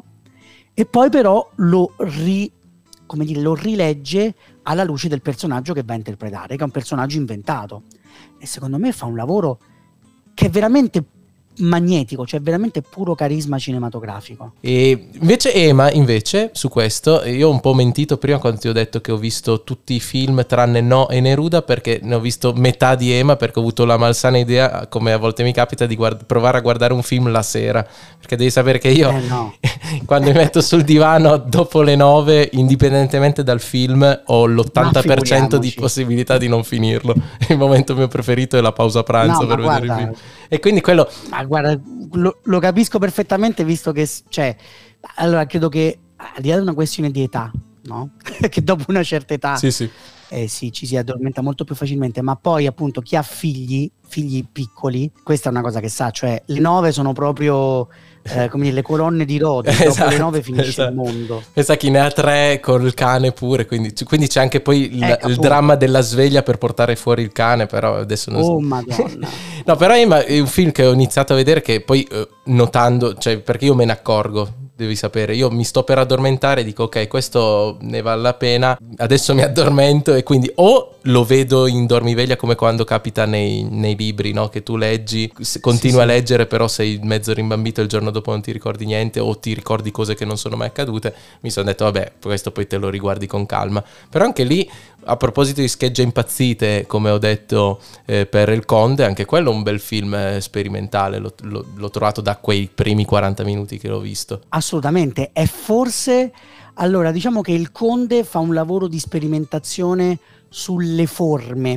e poi però lo ri, come dire, lo rilegge alla luce del personaggio che va a interpretare, che è un personaggio inventato, e secondo me fa un lavoro che è veramente magnetico, cioè veramente puro carisma cinematografico. E invece Ema, invece, su questo, io ho un po' mentito prima quando ti ho detto che ho visto tutti i film tranne No e Neruda, perché ne ho visto metà di Ema, perché ho avuto la malsana idea, come a volte mi capita, di guard- provare a guardare un film la sera, perché devi sapere che io eh no. quando mi metto sul divano dopo le nove, indipendentemente dal film, ho l'ottanta per cento di possibilità di non finirlo. Il momento mio preferito è la pausa pranzo, no, per vedere guarda, il film, e quindi quello... Guarda, lo, lo capisco perfettamente, visto che, cioè, allora credo che al di là di una questione di età, no? Che dopo una certa età sì, sì. Eh sì, ci si addormenta molto più facilmente, ma poi appunto chi ha figli, figli piccoli, questa è una cosa che sa, cioè le nove sono proprio eh, come dire, le colonne di Rodi, esatto, dopo le nove finisce esatto. il mondo. Pensa chi ne ha tre con il cane pure, quindi, quindi c'è anche poi il, ecco, il dramma della sveglia per portare fuori il cane, però adesso non oh, so. Oh madonna. No, però è un film che ho iniziato a vedere che poi eh, notando, cioè perché io me ne accorgo, devi sapere. Io mi sto per addormentare e dico ok, questo ne vale la pena, adesso mi addormento, e quindi o lo vedo in dormiveglia come quando capita nei, nei libri, no? Che tu leggi, continui sì, a leggere sì. Però sei mezzo rimbambito, il giorno dopo non ti ricordi niente o ti ricordi cose che non sono mai accadute. Mi sono detto vabbè, questo poi te lo riguardi con calma. Però anche lì, a proposito di schegge impazzite, come ho detto eh, per Il Conde, anche quello è un bel film eh, sperimentale, l'ho, l'ho, l'ho trovato da quei primi quaranta minuti che l'ho visto. Assolutamente, è forse, allora diciamo che Il Conde fa un lavoro di sperimentazione sulle forme,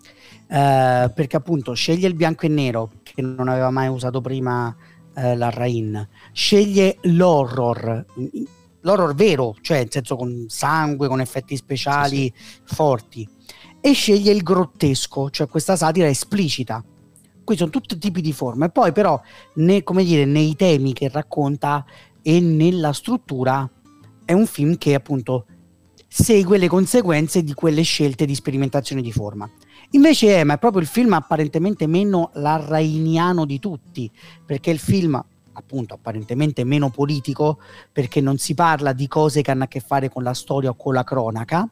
eh, perché appunto sceglie il bianco e nero, che non aveva mai usato prima eh, Larraín, sceglie l'horror, l'horror vero, cioè nel senso con sangue, con effetti speciali sì, sì. forti, e sceglie il grottesco, cioè questa satira esplicita. Qui sono tutti tipi di forme. Poi però né, come dire, nei temi che racconta e nella struttura è un film che appunto segue le conseguenze di quelle scelte di sperimentazione di forma. Invece Ema è proprio il film apparentemente meno larrainiano di tutti, perché è il film appunto apparentemente meno politico, perché non si parla di cose che hanno a che fare con la storia o con la cronaca,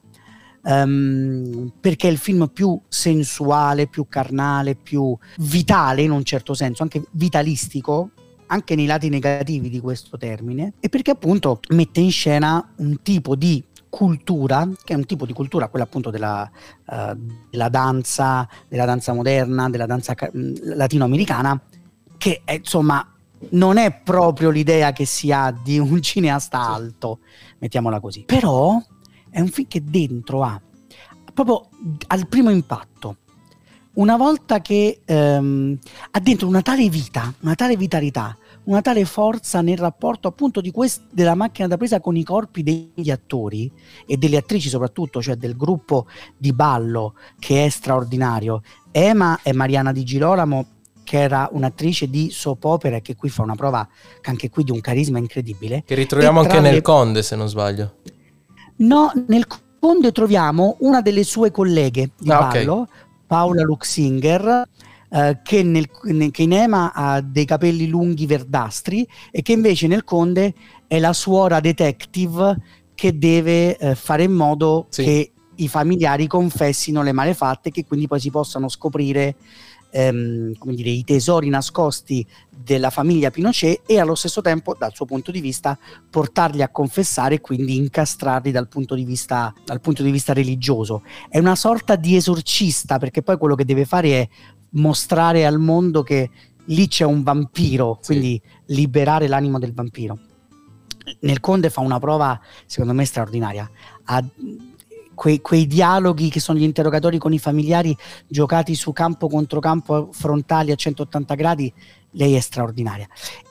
um, perché è il film più sensuale, più carnale, più vitale in un certo senso, anche vitalistico, anche nei lati negativi di questo termine, e perché appunto mette in scena un tipo di cultura, che è un tipo di cultura, quella appunto della, uh, della danza, della danza moderna, della danza uh, latinoamericana, che è, insomma, non è proprio l'idea che si ha di un cineasta alto, mettiamola così. Però è un film che dentro ha, proprio al primo impatto, una volta che ehm, ha dentro una tale vita, una tale vitalità, una tale forza nel rapporto appunto di quest- della macchina da presa con i corpi degli attori e delle attrici soprattutto, cioè del gruppo di ballo, che è straordinario. Ema e Mariana Di Girolamo, che era un'attrice di soap opera e che qui fa una prova anche qui di un carisma incredibile. Che ritroviamo anche le... nel Conde, se non sbaglio. No, nel Conde troviamo una delle sue colleghe di ah, ballo, okay. Paola Luxinger, eh, che, nel, che in Ema ha dei capelli lunghi verdastri e che invece nel Conde è la suora detective che deve eh, fare in modo sì. che i familiari confessino le malefatte, che quindi poi si possano scoprire ehm, come dire, i tesori nascosti della famiglia Pinochet e allo stesso tempo, dal suo punto di vista, portarli a confessare e quindi incastrarli dal punto di vista, dal punto di vista religioso. È una sorta di esorcista, perché poi quello che deve fare è mostrare al mondo che lì c'è un vampiro, sì. quindi liberare l'animo del vampiro. Nel Conde fa una prova secondo me straordinaria. Ha quei, quei dialoghi che sono gli interrogatori con i familiari giocati su campo contro campo frontali a centottanta gradi, lei è straordinaria.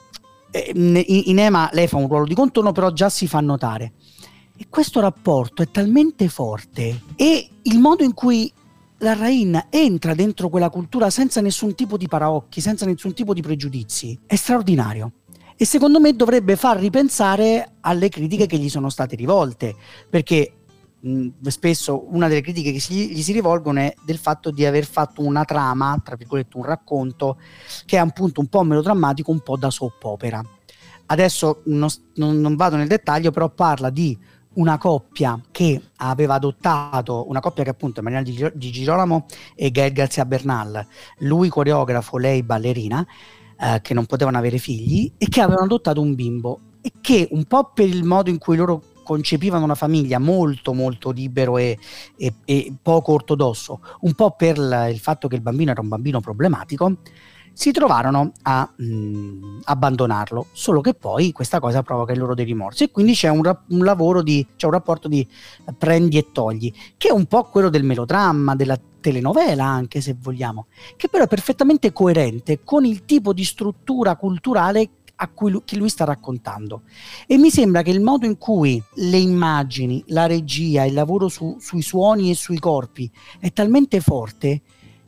In, in Ema lei fa un ruolo di contorno, però già si fa notare, e questo rapporto è talmente forte, e il modo in cui Larraín entra dentro quella cultura senza nessun tipo di paraocchi, senza nessun tipo di pregiudizi, è straordinario. E secondo me dovrebbe far ripensare alle critiche che gli sono state rivolte, perché mh, spesso una delle critiche che si, gli si rivolgono è del fatto di aver fatto una trama, tra virgolette un racconto, che è appunto un po' melodrammatico, un po' da soap opera. Adesso non, non, non vado nel dettaglio, però parla di una coppia che aveva adottato, una coppia che appunto è Mariana Di, Di Girolamo e Gael García Bernal, lui coreografo, lei ballerina, eh, che non potevano avere figli e che avevano adottato un bimbo, e che un po' per il modo in cui loro concepivano una famiglia molto molto libero e, e, e poco ortodosso, un po' per l- il fatto che il bambino era un bambino problematico, si trovarono a mh, abbandonarlo, solo che poi questa cosa provoca il loro dei rimorsi, e quindi c'è un, ra- un lavoro di, c'è un rapporto di prendi e togli, che è un po' quello del melodramma, della telenovela anche se vogliamo, che però è perfettamente coerente con il tipo di struttura culturale a cui lui, che lui sta raccontando. E mi sembra che il modo in cui le immagini, la regia, il lavoro su, sui suoni e sui corpi è talmente forte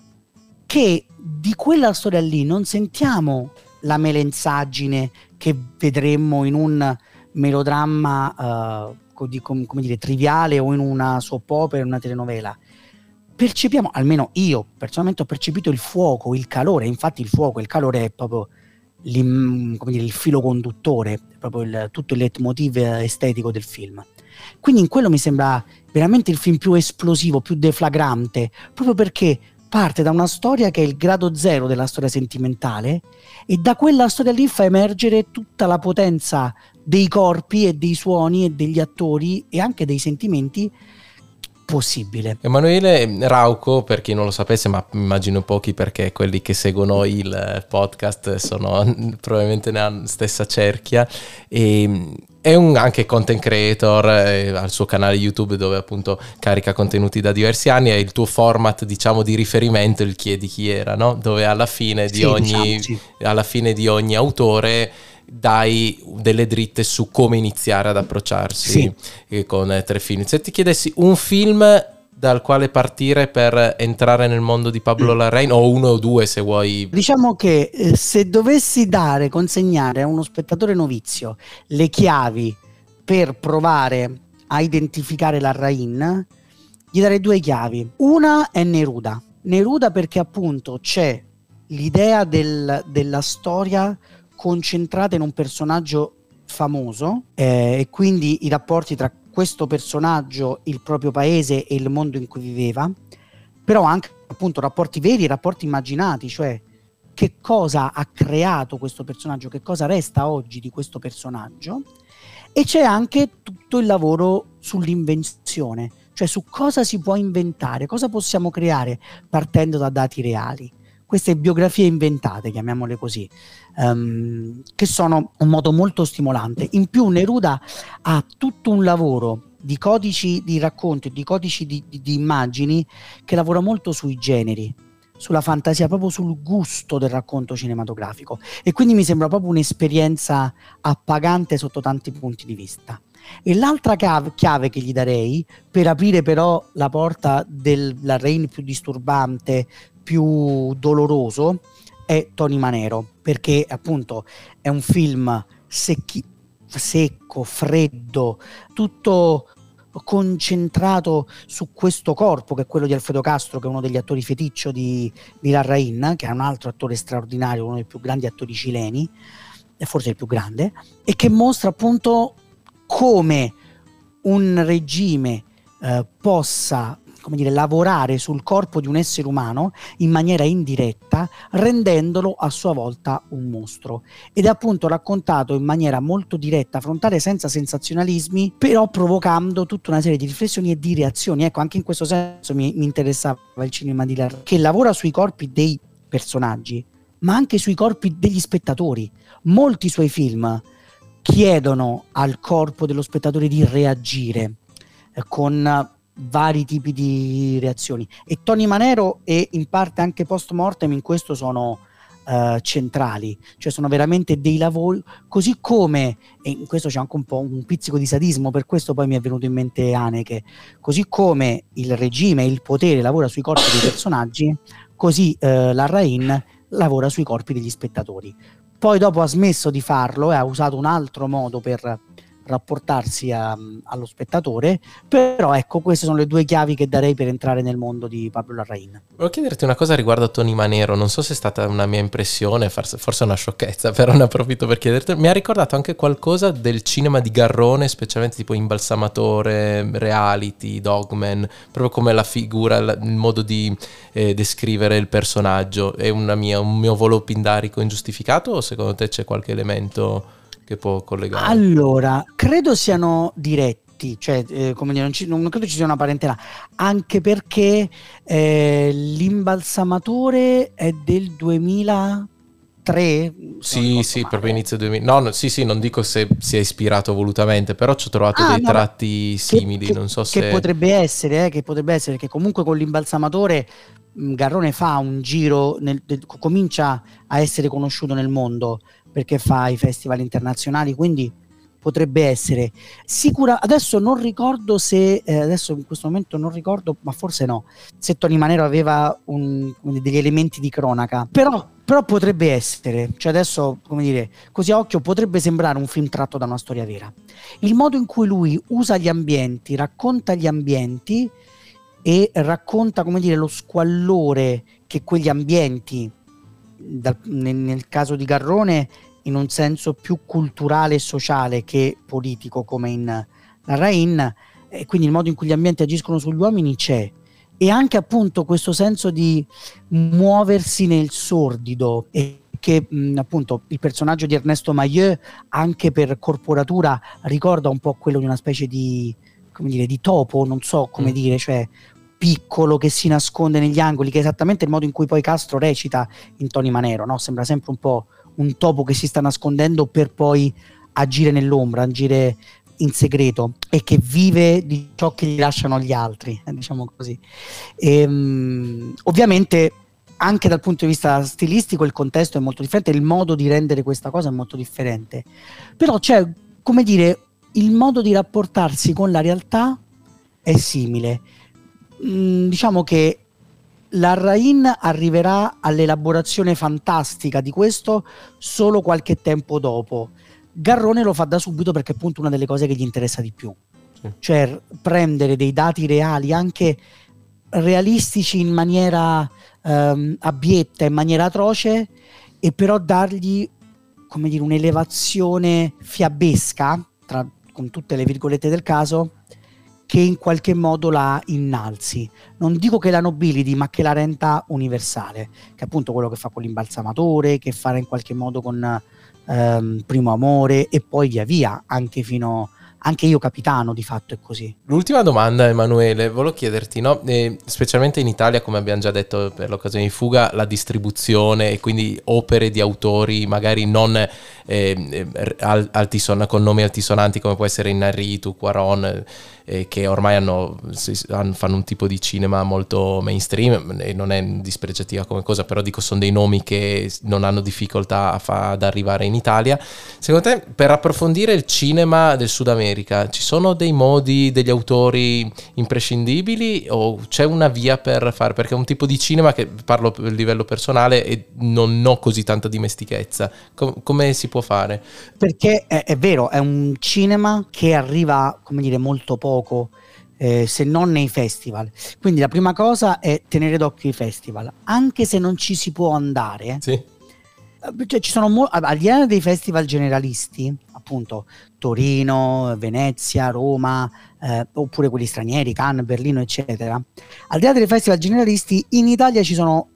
che di quella storia lì non sentiamo la melensaggine che vedremmo in un melodramma uh, di, com, come dire, triviale, o in una soap opera, in una telenovela. Percepiamo, almeno io personalmente ho percepito il fuoco, il calore, infatti il fuoco, il calore è proprio come dire, il filo conduttore, proprio il, tutto il leitmotiv estetico del film. Quindi in quello mi sembra veramente il film più esplosivo, più deflagrante, proprio perché parte da una storia che è il grado zero della storia sentimentale, e da quella storia lì fa emergere tutta la potenza dei corpi e dei suoni e degli attori e anche dei sentimenti possibile. Emanuele Rauco, per chi non lo sapesse, ma immagino pochi perché quelli che seguono il podcast sono probabilmente nella stessa cerchia, e è un anche content creator, eh, al suo canale YouTube dove appunto carica contenuti da diversi anni. È il tuo format, diciamo, di riferimento, il chiedi chi era, no? Dove alla fine di sì, ogni diciamo, sì. alla fine di ogni autore dai delle dritte su come iniziare ad approcciarsi sì. con tre film. Se ti chiedessi un film dal quale partire per entrare nel mondo di Pablo Larraín, o uno o due se vuoi. Diciamo che eh, se dovessi dare, consegnare a uno spettatore novizio le chiavi per provare a identificare Larraín, gli darei due chiavi. Una è Neruda. Neruda perché appunto c'è l'idea del, della storia concentrata in un personaggio famoso, eh, e quindi i rapporti tra questo personaggio, il proprio paese e il mondo in cui viveva, però anche appunto rapporti veri e rapporti immaginati, cioè che cosa ha creato questo personaggio, che cosa resta oggi di questo personaggio, e c'è anche tutto il lavoro sull'invenzione, cioè su cosa si può inventare, cosa possiamo creare partendo da dati reali. Queste biografie inventate, chiamiamole così, um, che sono un modo molto stimolante. In più Neruda ha tutto un lavoro di codici di racconto, di codici di, di, di immagini, che lavora molto sui generi, sulla fantasia, proprio sul gusto del racconto cinematografico, e quindi mi sembra proprio un'esperienza appagante sotto tanti punti di vista. E l'altra chiave, chiave che gli darei, per aprire però la porta del Larraín più disturbante, più doloroso, è Tony Manero, perché appunto è un film secchi, secco, freddo, tutto concentrato su questo corpo che è quello di Alfredo Castro, che è uno degli attori feticcio di, di Larraín, che è un altro attore straordinario, uno dei più grandi attori cileni, e forse il più grande, e che mostra appunto come un regime eh, possa, come dire, lavorare sul corpo di un essere umano in maniera indiretta, rendendolo a sua volta un mostro. Ed è appunto raccontato in maniera molto diretta, frontale, senza sensazionalismi, però provocando tutta una serie di riflessioni e di reazioni. Ecco, anche in questo senso mi, mi interessava il cinema di Larraín, che lavora sui corpi dei personaggi, ma anche sui corpi degli spettatori. Molti suoi film chiedono al corpo dello spettatore di reagire eh, con vari tipi di reazioni, e Tony Manero e in parte anche Post Mortem in questo sono uh, centrali, cioè sono veramente dei lavori, così come, e in questo c'è anche un po' un pizzico di sadismo, per questo poi mi è venuto in mente Haneke, così come il regime e il potere lavora sui corpi dei personaggi, così uh, Larraín lavora sui corpi degli spettatori. Poi dopo ha smesso di farlo e ha usato un altro modo per rapportarsi a, allo spettatore, però ecco, queste sono le due chiavi che darei per entrare nel mondo di Pablo Larraín. Volevo chiederti una cosa riguardo a Tony Manero, non so se è stata una mia impressione, forse, forse una sciocchezza, però ne approfitto per chiederti. Mi ha ricordato anche qualcosa del cinema di Garrone, specialmente tipo Imbalsamatore, Reality, Dogman, proprio come la figura, il modo di eh, descrivere il personaggio. È una mia, un mio volo pindarico ingiustificato, o secondo te c'è qualche elemento che può collegare? Allora, credo siano diretti, cioè eh, come dire, non, ci, non credo ci sia una parentela, anche perché eh, l'Imbalsamatore è del duemilatré. Sì, sì, male. Proprio inizio duemila. No, no, sì, sì, non dico se si è ispirato volutamente, però ci ho trovato ah, dei no, tratti simili, che, non so che, se... Che potrebbe essere, eh, che potrebbe essere, perché comunque con l'Imbalsamatore Garrone fa un giro, nel, de, comincia a essere conosciuto nel mondo, perché fa i festival internazionali, quindi potrebbe essere sicura. Adesso non ricordo se eh, adesso in questo momento non ricordo, ma forse no, se Tony Manero aveva un, degli elementi di cronaca, però, però potrebbe essere, cioè adesso, come dire, così a occhio potrebbe sembrare un film tratto da una storia vera. Il modo in cui lui usa gli ambienti, racconta gli ambienti e racconta, come dire, lo squallore che quegli ambienti dal, nel, nel caso di Garrone in un senso più culturale e sociale che politico, come in Larraín, e quindi il modo in cui gli ambienti agiscono sugli uomini c'è, e anche appunto questo senso di muoversi nel sordido, e che mh, appunto il personaggio di Ernesto Mailleux anche per corporatura ricorda un po' quello di una specie di, come dire, di topo, non so come mm. dire, cioè piccolo che si nasconde negli angoli, che è esattamente il modo in cui poi Castro recita in Tony Manero, no? Sembra sempre un po' un topo che si sta nascondendo per poi agire nell'ombra, agire in segreto, e che vive di ciò che gli lasciano gli altri, eh, diciamo così. E, um, ovviamente anche dal punto di vista stilistico il contesto è molto differente, il modo di rendere questa cosa è molto differente, però c'è, come dire, il modo di rapportarsi con la realtà è simile. Mm, diciamo che Larraín arriverà all'elaborazione fantastica di questo solo qualche tempo dopo. Garrone lo fa da subito perché è appunto una delle cose che gli interessa di più, sì. Cioè prendere dei dati reali, anche realistici in maniera um, abietta, in maniera atroce, e però dargli, come dire, un'elevazione fiabesca, tra, con tutte le virgolette del caso, che in qualche modo la innalzi. Non dico che la nobiliti, ma che la renda universale, che è appunto quello che fa con l'imbalsamatore, che fa in qualche modo con ehm, Primo Amore, e poi via via, anche fino anche Io Capitano di fatto è così. L'ultima domanda, Emanuele, volevo chiederti, no? Eh, specialmente in Italia, come abbiamo già detto per l'occasione di Fuga, la distribuzione e quindi opere di autori magari non eh, altison, con nomi altisonanti come può essere Inarritu, Cuarón, eh, che ormai hanno, fanno un tipo di cinema molto mainstream, e non è dispregiativa come cosa, però dico sono dei nomi che non hanno difficoltà a fa, ad arrivare in Italia. Secondo te, per approfondire il cinema del Sud America, ci sono dei modi, degli autori imprescindibili, o c'è una via per fare? Perché è un tipo di cinema che, parlo a livello personale, e non ho così tanta dimestichezza. Com- come si può fare? Perché è, è vero, è un cinema che arriva, come dire, molto poco, eh, se non nei festival. Quindi la prima cosa è tenere d'occhio i festival, anche se non ci si può andare. Sì. Cioè, ci sono mo- al di là dei festival generalisti, appunto Torino, Venezia, Roma, eh, oppure quelli stranieri, Cannes, Berlino, eccetera. Al di là dei festival generalisti, in Italia ci sono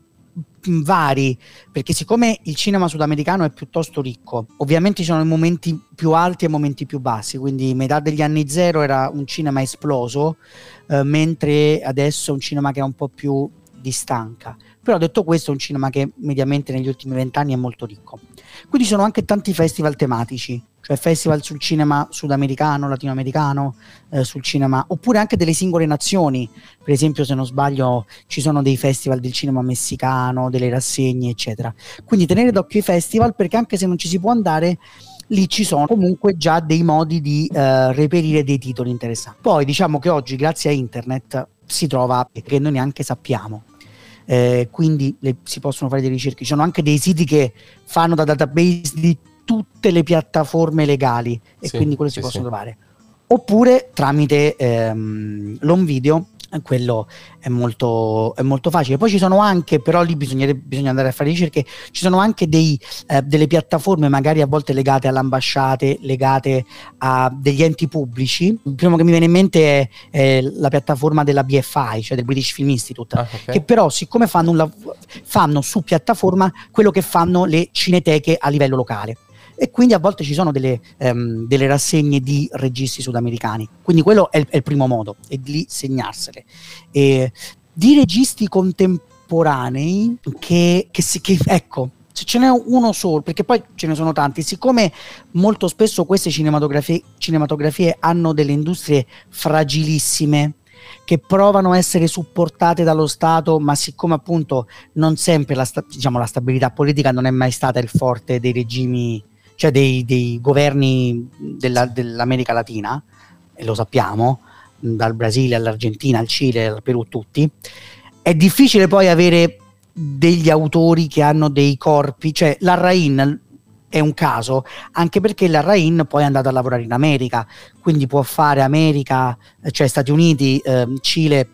vari, perché siccome il cinema sudamericano è piuttosto ricco, ovviamente ci sono momenti più alti e momenti più bassi, quindi metà degli anni zero era un cinema esploso, eh, mentre adesso è un cinema che è un po' più distanca. Però detto questo, è un cinema che mediamente negli ultimi vent'anni è molto ricco. Quindi ci sono anche tanti festival tematici, cioè festival sul cinema sudamericano, latinoamericano, eh, sul cinema, oppure anche delle singole nazioni. Per esempio, se non sbaglio, ci sono dei festival del cinema messicano, delle rassegne, eccetera. Quindi tenere d'occhio i festival, perché anche se non ci si può andare, lì ci sono comunque già dei modi di eh, reperire dei titoli interessanti. Poi diciamo che oggi, grazie a internet, si trova che noi neanche sappiamo. Eh, quindi le, si possono fare delle ricerche, ci sono anche dei siti che fanno da database di tutte le piattaforme legali, e sì, quindi quello si sì, possono sì. trovare, oppure tramite ehm, l'home video, quello è molto, è molto facile. Poi ci sono anche, però lì bisogna, bisogna andare a fare ricerche, ci sono anche dei, eh, delle piattaforme magari a volte legate alle ambasciate, legate a degli enti pubblici. Il primo che mi viene in mente è, è la piattaforma della B F I, cioè del British Film Institute, ah, okay. che però siccome fanno, un lav- fanno su piattaforma quello che fanno le cineteche a livello locale, e quindi a volte ci sono delle, um, delle rassegne di registi sudamericani, quindi quello è il, è il primo modo, è di lì segnarsele. E di registi contemporanei che, che, si, che ecco, se ce n'è uno solo, perché poi ce ne sono tanti, siccome molto spesso queste cinematografie, cinematografie hanno delle industrie fragilissime che provano a essere supportate dallo Stato, ma siccome appunto non sempre la, sta- diciamo, la stabilità politica non è mai stata il forte dei regimi, cioè dei, dei governi della, dell'America Latina, e lo sappiamo, dal Brasile all'Argentina, al Cile, al Perù, tutti, è difficile poi avere degli autori che hanno dei corpi, cioè Larraín è un caso, anche perché Larraín poi è andato a lavorare in America, quindi può fare America, cioè Stati Uniti, eh, Cile,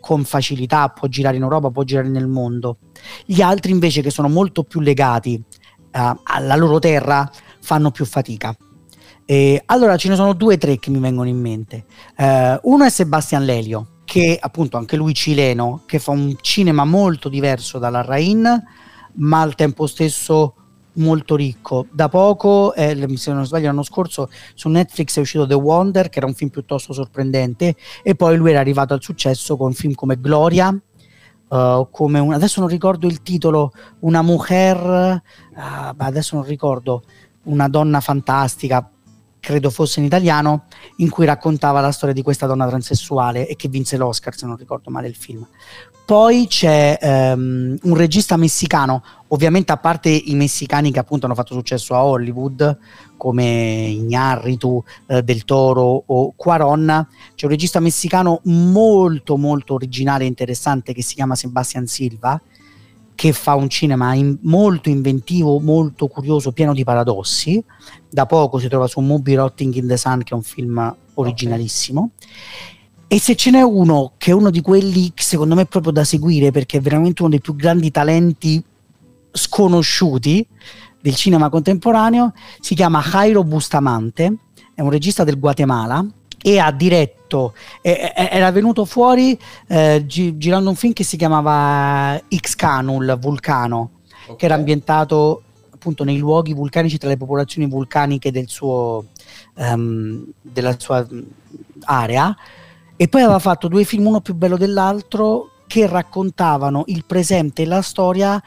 con facilità, può girare in Europa, può girare nel mondo. Gli altri invece, che sono molto più legati uh, alla loro terra, fanno più fatica. E allora ce ne sono due o tre che mi vengono in mente. Uh, uno è Sebastián Lelio, che appunto anche lui cileno, che fa un cinema molto diverso dalla Larraín, ma al tempo stesso molto ricco. Da poco, eh, se non sbaglio l'anno scorso, su Netflix è uscito The Wonder, che era un film piuttosto sorprendente, e poi lui era arrivato al successo con film come Gloria, uh, come un, adesso non ricordo il titolo, una mujer, uh, adesso non ricordo, una donna fantastica, credo fosse in italiano, in cui raccontava la storia di questa donna transessuale e che vinse l'Oscar, se non ricordo male il film. Poi c'è um, un regista messicano, ovviamente a parte i messicani che appunto hanno fatto successo a Hollywood, come Iñárritu, eh, Del Toro o Cuarón. C'è un regista messicano molto molto originale e interessante che si chiama Sebastián Silva, che fa un cinema in, molto inventivo, molto curioso, pieno di paradossi. Da poco si trova su Movie Rotting in the Sun, che è un film originalissimo. Okay. E se ce n'è uno che è uno di quelli che secondo me è proprio da seguire, perché è veramente uno dei più grandi talenti sconosciuti del cinema contemporaneo, si chiama Jairo Bustamante, è un regista del Guatemala e ha diretto, eh, era venuto fuori eh, gi- girando un film che si chiamava Ixcanul, Vulcano, okay, che era ambientato appunto nei luoghi vulcanici, tra le popolazioni vulcaniche del suo, um, della sua area. E poi aveva fatto due film, uno più bello dell'altro, che raccontavano il presente e la storia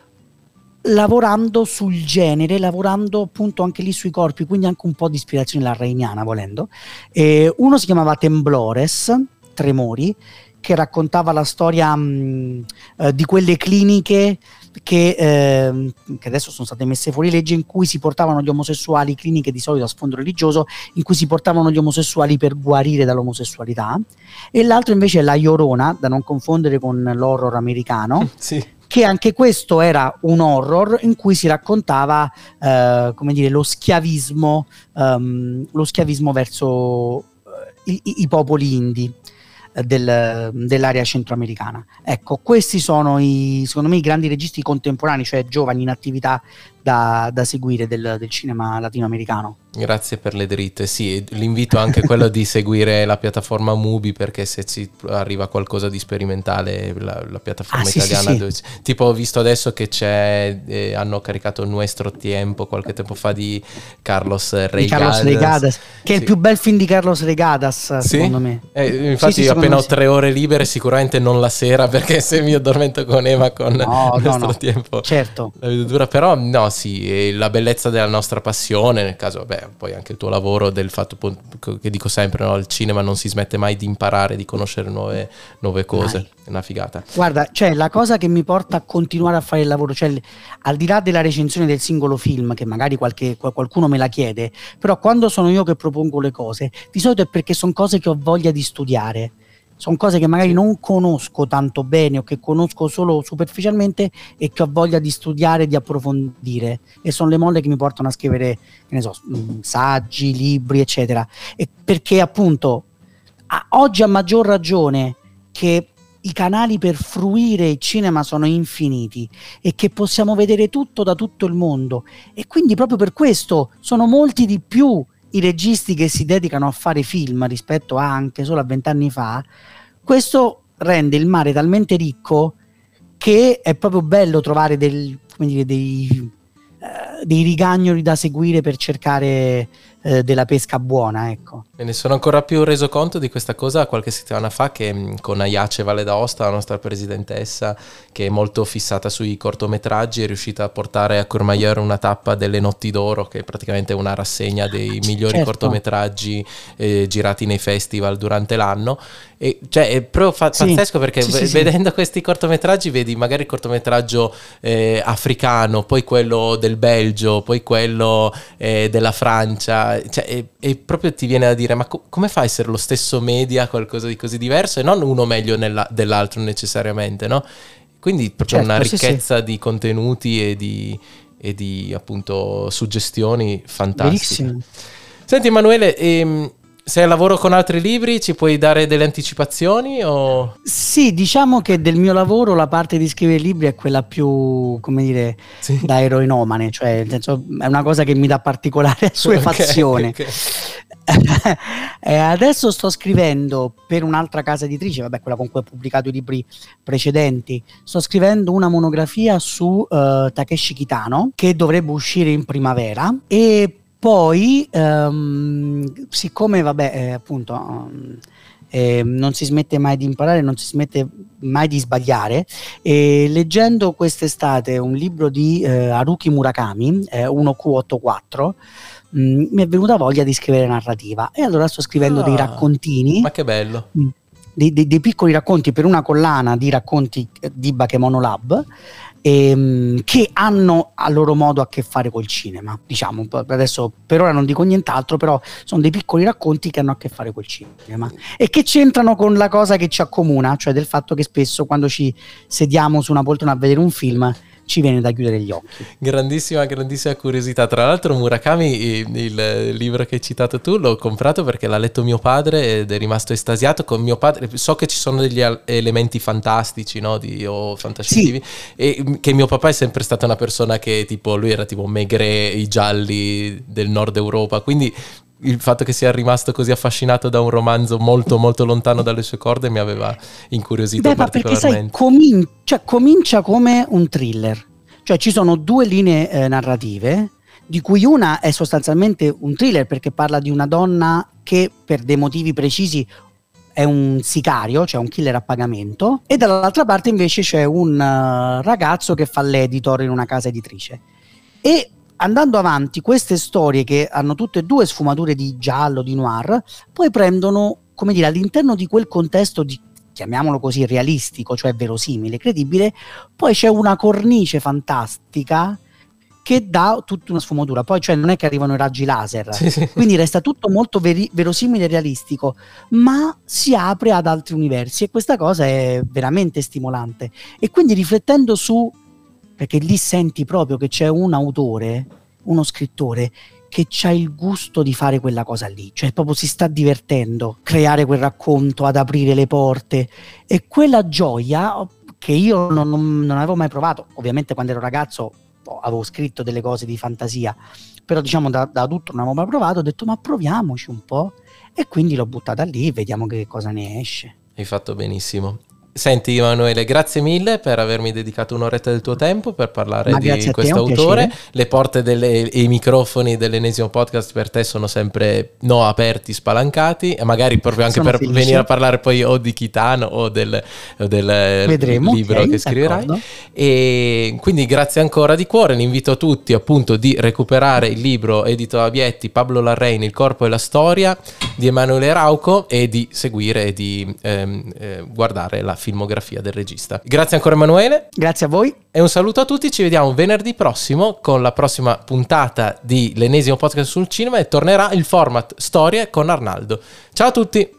lavorando sul genere, lavorando appunto anche lì sui corpi, quindi anche un po' di ispirazione larrainiana volendo. E uno si chiamava Temblores, Tremori, che raccontava la storia mh, eh, di quelle cliniche che, eh, che adesso sono state messe fuori legge, in cui si portavano gli omosessuali, cliniche di solito a sfondo religioso, in cui si portavano gli omosessuali per guarire dall'omosessualità. E l'altro invece è La Llorona, da non confondere con l'horror americano, sì, che anche questo era un horror in cui si raccontava eh, come dire, lo schiavismo, um, lo schiavismo verso i, i popoli indi Del, dell'area centroamericana. Ecco, questi sono i, secondo me, i grandi registi contemporanei, cioè giovani in attività da, da seguire del, del cinema latinoamericano. Grazie per le dritte. Sì, l'invito anche quello di seguire la piattaforma Mubi, perché se ci arriva qualcosa di sperimentale, la, la piattaforma ah, italiana, sì, sì, sì. Dove, tipo ho visto adesso che c'è, eh, hanno caricato Nuestro Tiempo qualche tempo fa di Carlos Reigadas, Carlos Reigadas, che sì, è il più bel film di Carlos Reigadas, sì, secondo me. Eh, infatti sì, sì, appena ho sì. tre ore libere, sicuramente non la sera, perché se mi addormento con Eva con no, Nuestro no, no. Tiempo, certo, la vedo dura. Però no, sì, la bellezza della nostra passione, nel caso, vabbè, poi anche il tuo lavoro, del fatto che dico sempre, no, il cinema non si smette mai di imparare, di conoscere nuove, nuove cose, mai. È una figata. Guarda, cioè la cosa che mi porta a continuare a fare il lavoro, cioè al di là della recensione del singolo film, che magari qualche, qualcuno me la chiede, però quando sono io che propongo le cose, di solito è perché sono cose che ho voglia di studiare. Sono cose che magari non conosco tanto bene o che conosco solo superficialmente e che ho voglia di studiare, di approfondire, e sono le molle che mi portano a scrivere, che ne so, saggi, libri, eccetera. E perché appunto a, oggi a maggior ragione che i canali per fruire il cinema sono infiniti e che possiamo vedere tutto da tutto il mondo, e quindi proprio per questo sono molti di più i registi che si dedicano a fare film rispetto a anche solo a vent'anni fa. Questo rende il mare talmente ricco che è proprio bello trovare del, come dire, dei, uh, dei rigagnoli da seguire per cercare uh, della pesca buona, ecco. Me ne sono ancora più reso conto di questa cosa qualche settimana fa, che con Ayace Valle d'Aosta, la nostra presidentessa, che è molto fissata sui cortometraggi, è riuscita a portare a Courmayeur una tappa delle Notti d'Oro, che è praticamente una rassegna dei migliori certo. cortometraggi eh, girati nei festival durante l'anno. E cioè è proprio fa- sì. pazzesco, perché sì, v- sì, vedendo sì. questi cortometraggi vedi magari il cortometraggio eh, africano, poi quello del Belgio, poi quello eh, della Francia, cioè, e, e proprio ti viene da dire: ma co- come fa a essere lo stesso media, qualcosa di così diverso, e non uno meglio nella- dell'altro necessariamente, no? Quindi proprio certo, una ricchezza sì, sì. di contenuti e di, e di appunto suggestioni fantastiche. Benissimo. Senti Emanuele, ehm, Se al lavoro con altri libri ci puoi dare delle anticipazioni o... Sì, diciamo che del mio lavoro la parte di scrivere libri è quella più, come dire, sì. da eroinomane, cioè nel senso, è una cosa che mi dà particolare assuefazione. Okay, okay. E adesso sto scrivendo per un'altra casa editrice, vabbè, quella con cui ho pubblicato i libri precedenti, sto scrivendo una monografia su uh, Takeshi Kitano che dovrebbe uscire in primavera e poi um, siccome vabbè eh, appunto um, eh, non si smette mai di imparare, non si smette mai di sbagliare, e leggendo quest'estate un libro di eh, Haruki Murakami, eh, uno Q ottantaquattro, mh, mi è venuta voglia di scrivere narrativa e allora sto scrivendo ah, dei raccontini. Ma che bello! Mh, dei, dei, dei piccoli racconti per una collana di racconti di Bakemono Lab, ehm, che hanno a loro modo a che fare col cinema, diciamo. Adesso per ora non dico nient'altro, però sono dei piccoli racconti che hanno a che fare col cinema e che c'entrano con la cosa che ci accomuna, cioè del fatto che spesso quando ci sediamo su una poltrona a vedere un film ci viene da chiudere gli occhi. Grandissima, grandissima curiosità. Tra l'altro Murakami, il libro che hai citato tu, l'ho comprato perché l'ha letto mio padre ed è rimasto estasiato. Con mio padre so che ci sono degli elementi fantastici, no, di, o fantascientifici, sì. E che mio papà è sempre stata una persona che tipo, lui era tipo Maigret, i gialli del nord Europa, quindi il fatto che sia rimasto così affascinato da un romanzo molto molto lontano dalle sue corde mi aveva incuriosito. Beh, particolarmente. Ma perché sai, comin- cioè, comincia come un thriller, cioè ci sono due linee eh, narrative, di cui una è sostanzialmente un thriller perché parla di una donna che per dei motivi precisi è un sicario, cioè un killer a pagamento, e dall'altra parte invece c'è un uh, ragazzo che fa l'editor in una casa editrice. E andando avanti, queste storie che hanno tutte e due sfumature di giallo, di noir, poi prendono, come dire, all'interno di quel contesto di, chiamiamolo così, realistico, cioè verosimile, credibile, poi c'è una cornice fantastica che dà tutta una sfumatura. Poi cioè non è che arrivano i raggi laser, sì, sì. Quindi resta tutto molto veri- verosimile e realistico, ma si apre ad altri universi e questa cosa è veramente stimolante. E quindi riflettendo su, perché lì senti proprio che c'è un autore, uno scrittore che c'ha il gusto di fare quella cosa lì, cioè proprio si sta divertendo, creare quel racconto, ad aprire le porte, e quella gioia che io non, non, non avevo mai provato. Ovviamente quando ero ragazzo avevo scritto delle cose di fantasia, però diciamo da, da adulto non avevo mai provato, ho detto ma proviamoci un po', e quindi l'ho buttata lì, vediamo che cosa ne esce. Hai fatto benissimo. Senti Emanuele, grazie mille per avermi dedicato un'oretta del tuo tempo per parlare Ma di questo autore. Le porte delle, e i microfoni dell'ennesimo podcast per te sono sempre no aperti, spalancati, e magari proprio anche sono per felice. Venire a parlare poi o di Kitano o del, o del Vedremo, libro okay, che scriverai. D'accordo. E quindi grazie ancora di cuore, invito tutti appunto di recuperare il libro edito da Bietti, Pablo Larraín, Il corpo e la storia di Emanuele Rauco, e di seguire e di ehm, eh, guardare la filmografia del regista. Grazie ancora Emanuele. Grazie a voi. E un saluto a tutti, ci vediamo venerdì prossimo con la prossima puntata di l'ennesimo podcast sul cinema, e tornerà il format Storie con Arnaldo. Ciao a tutti.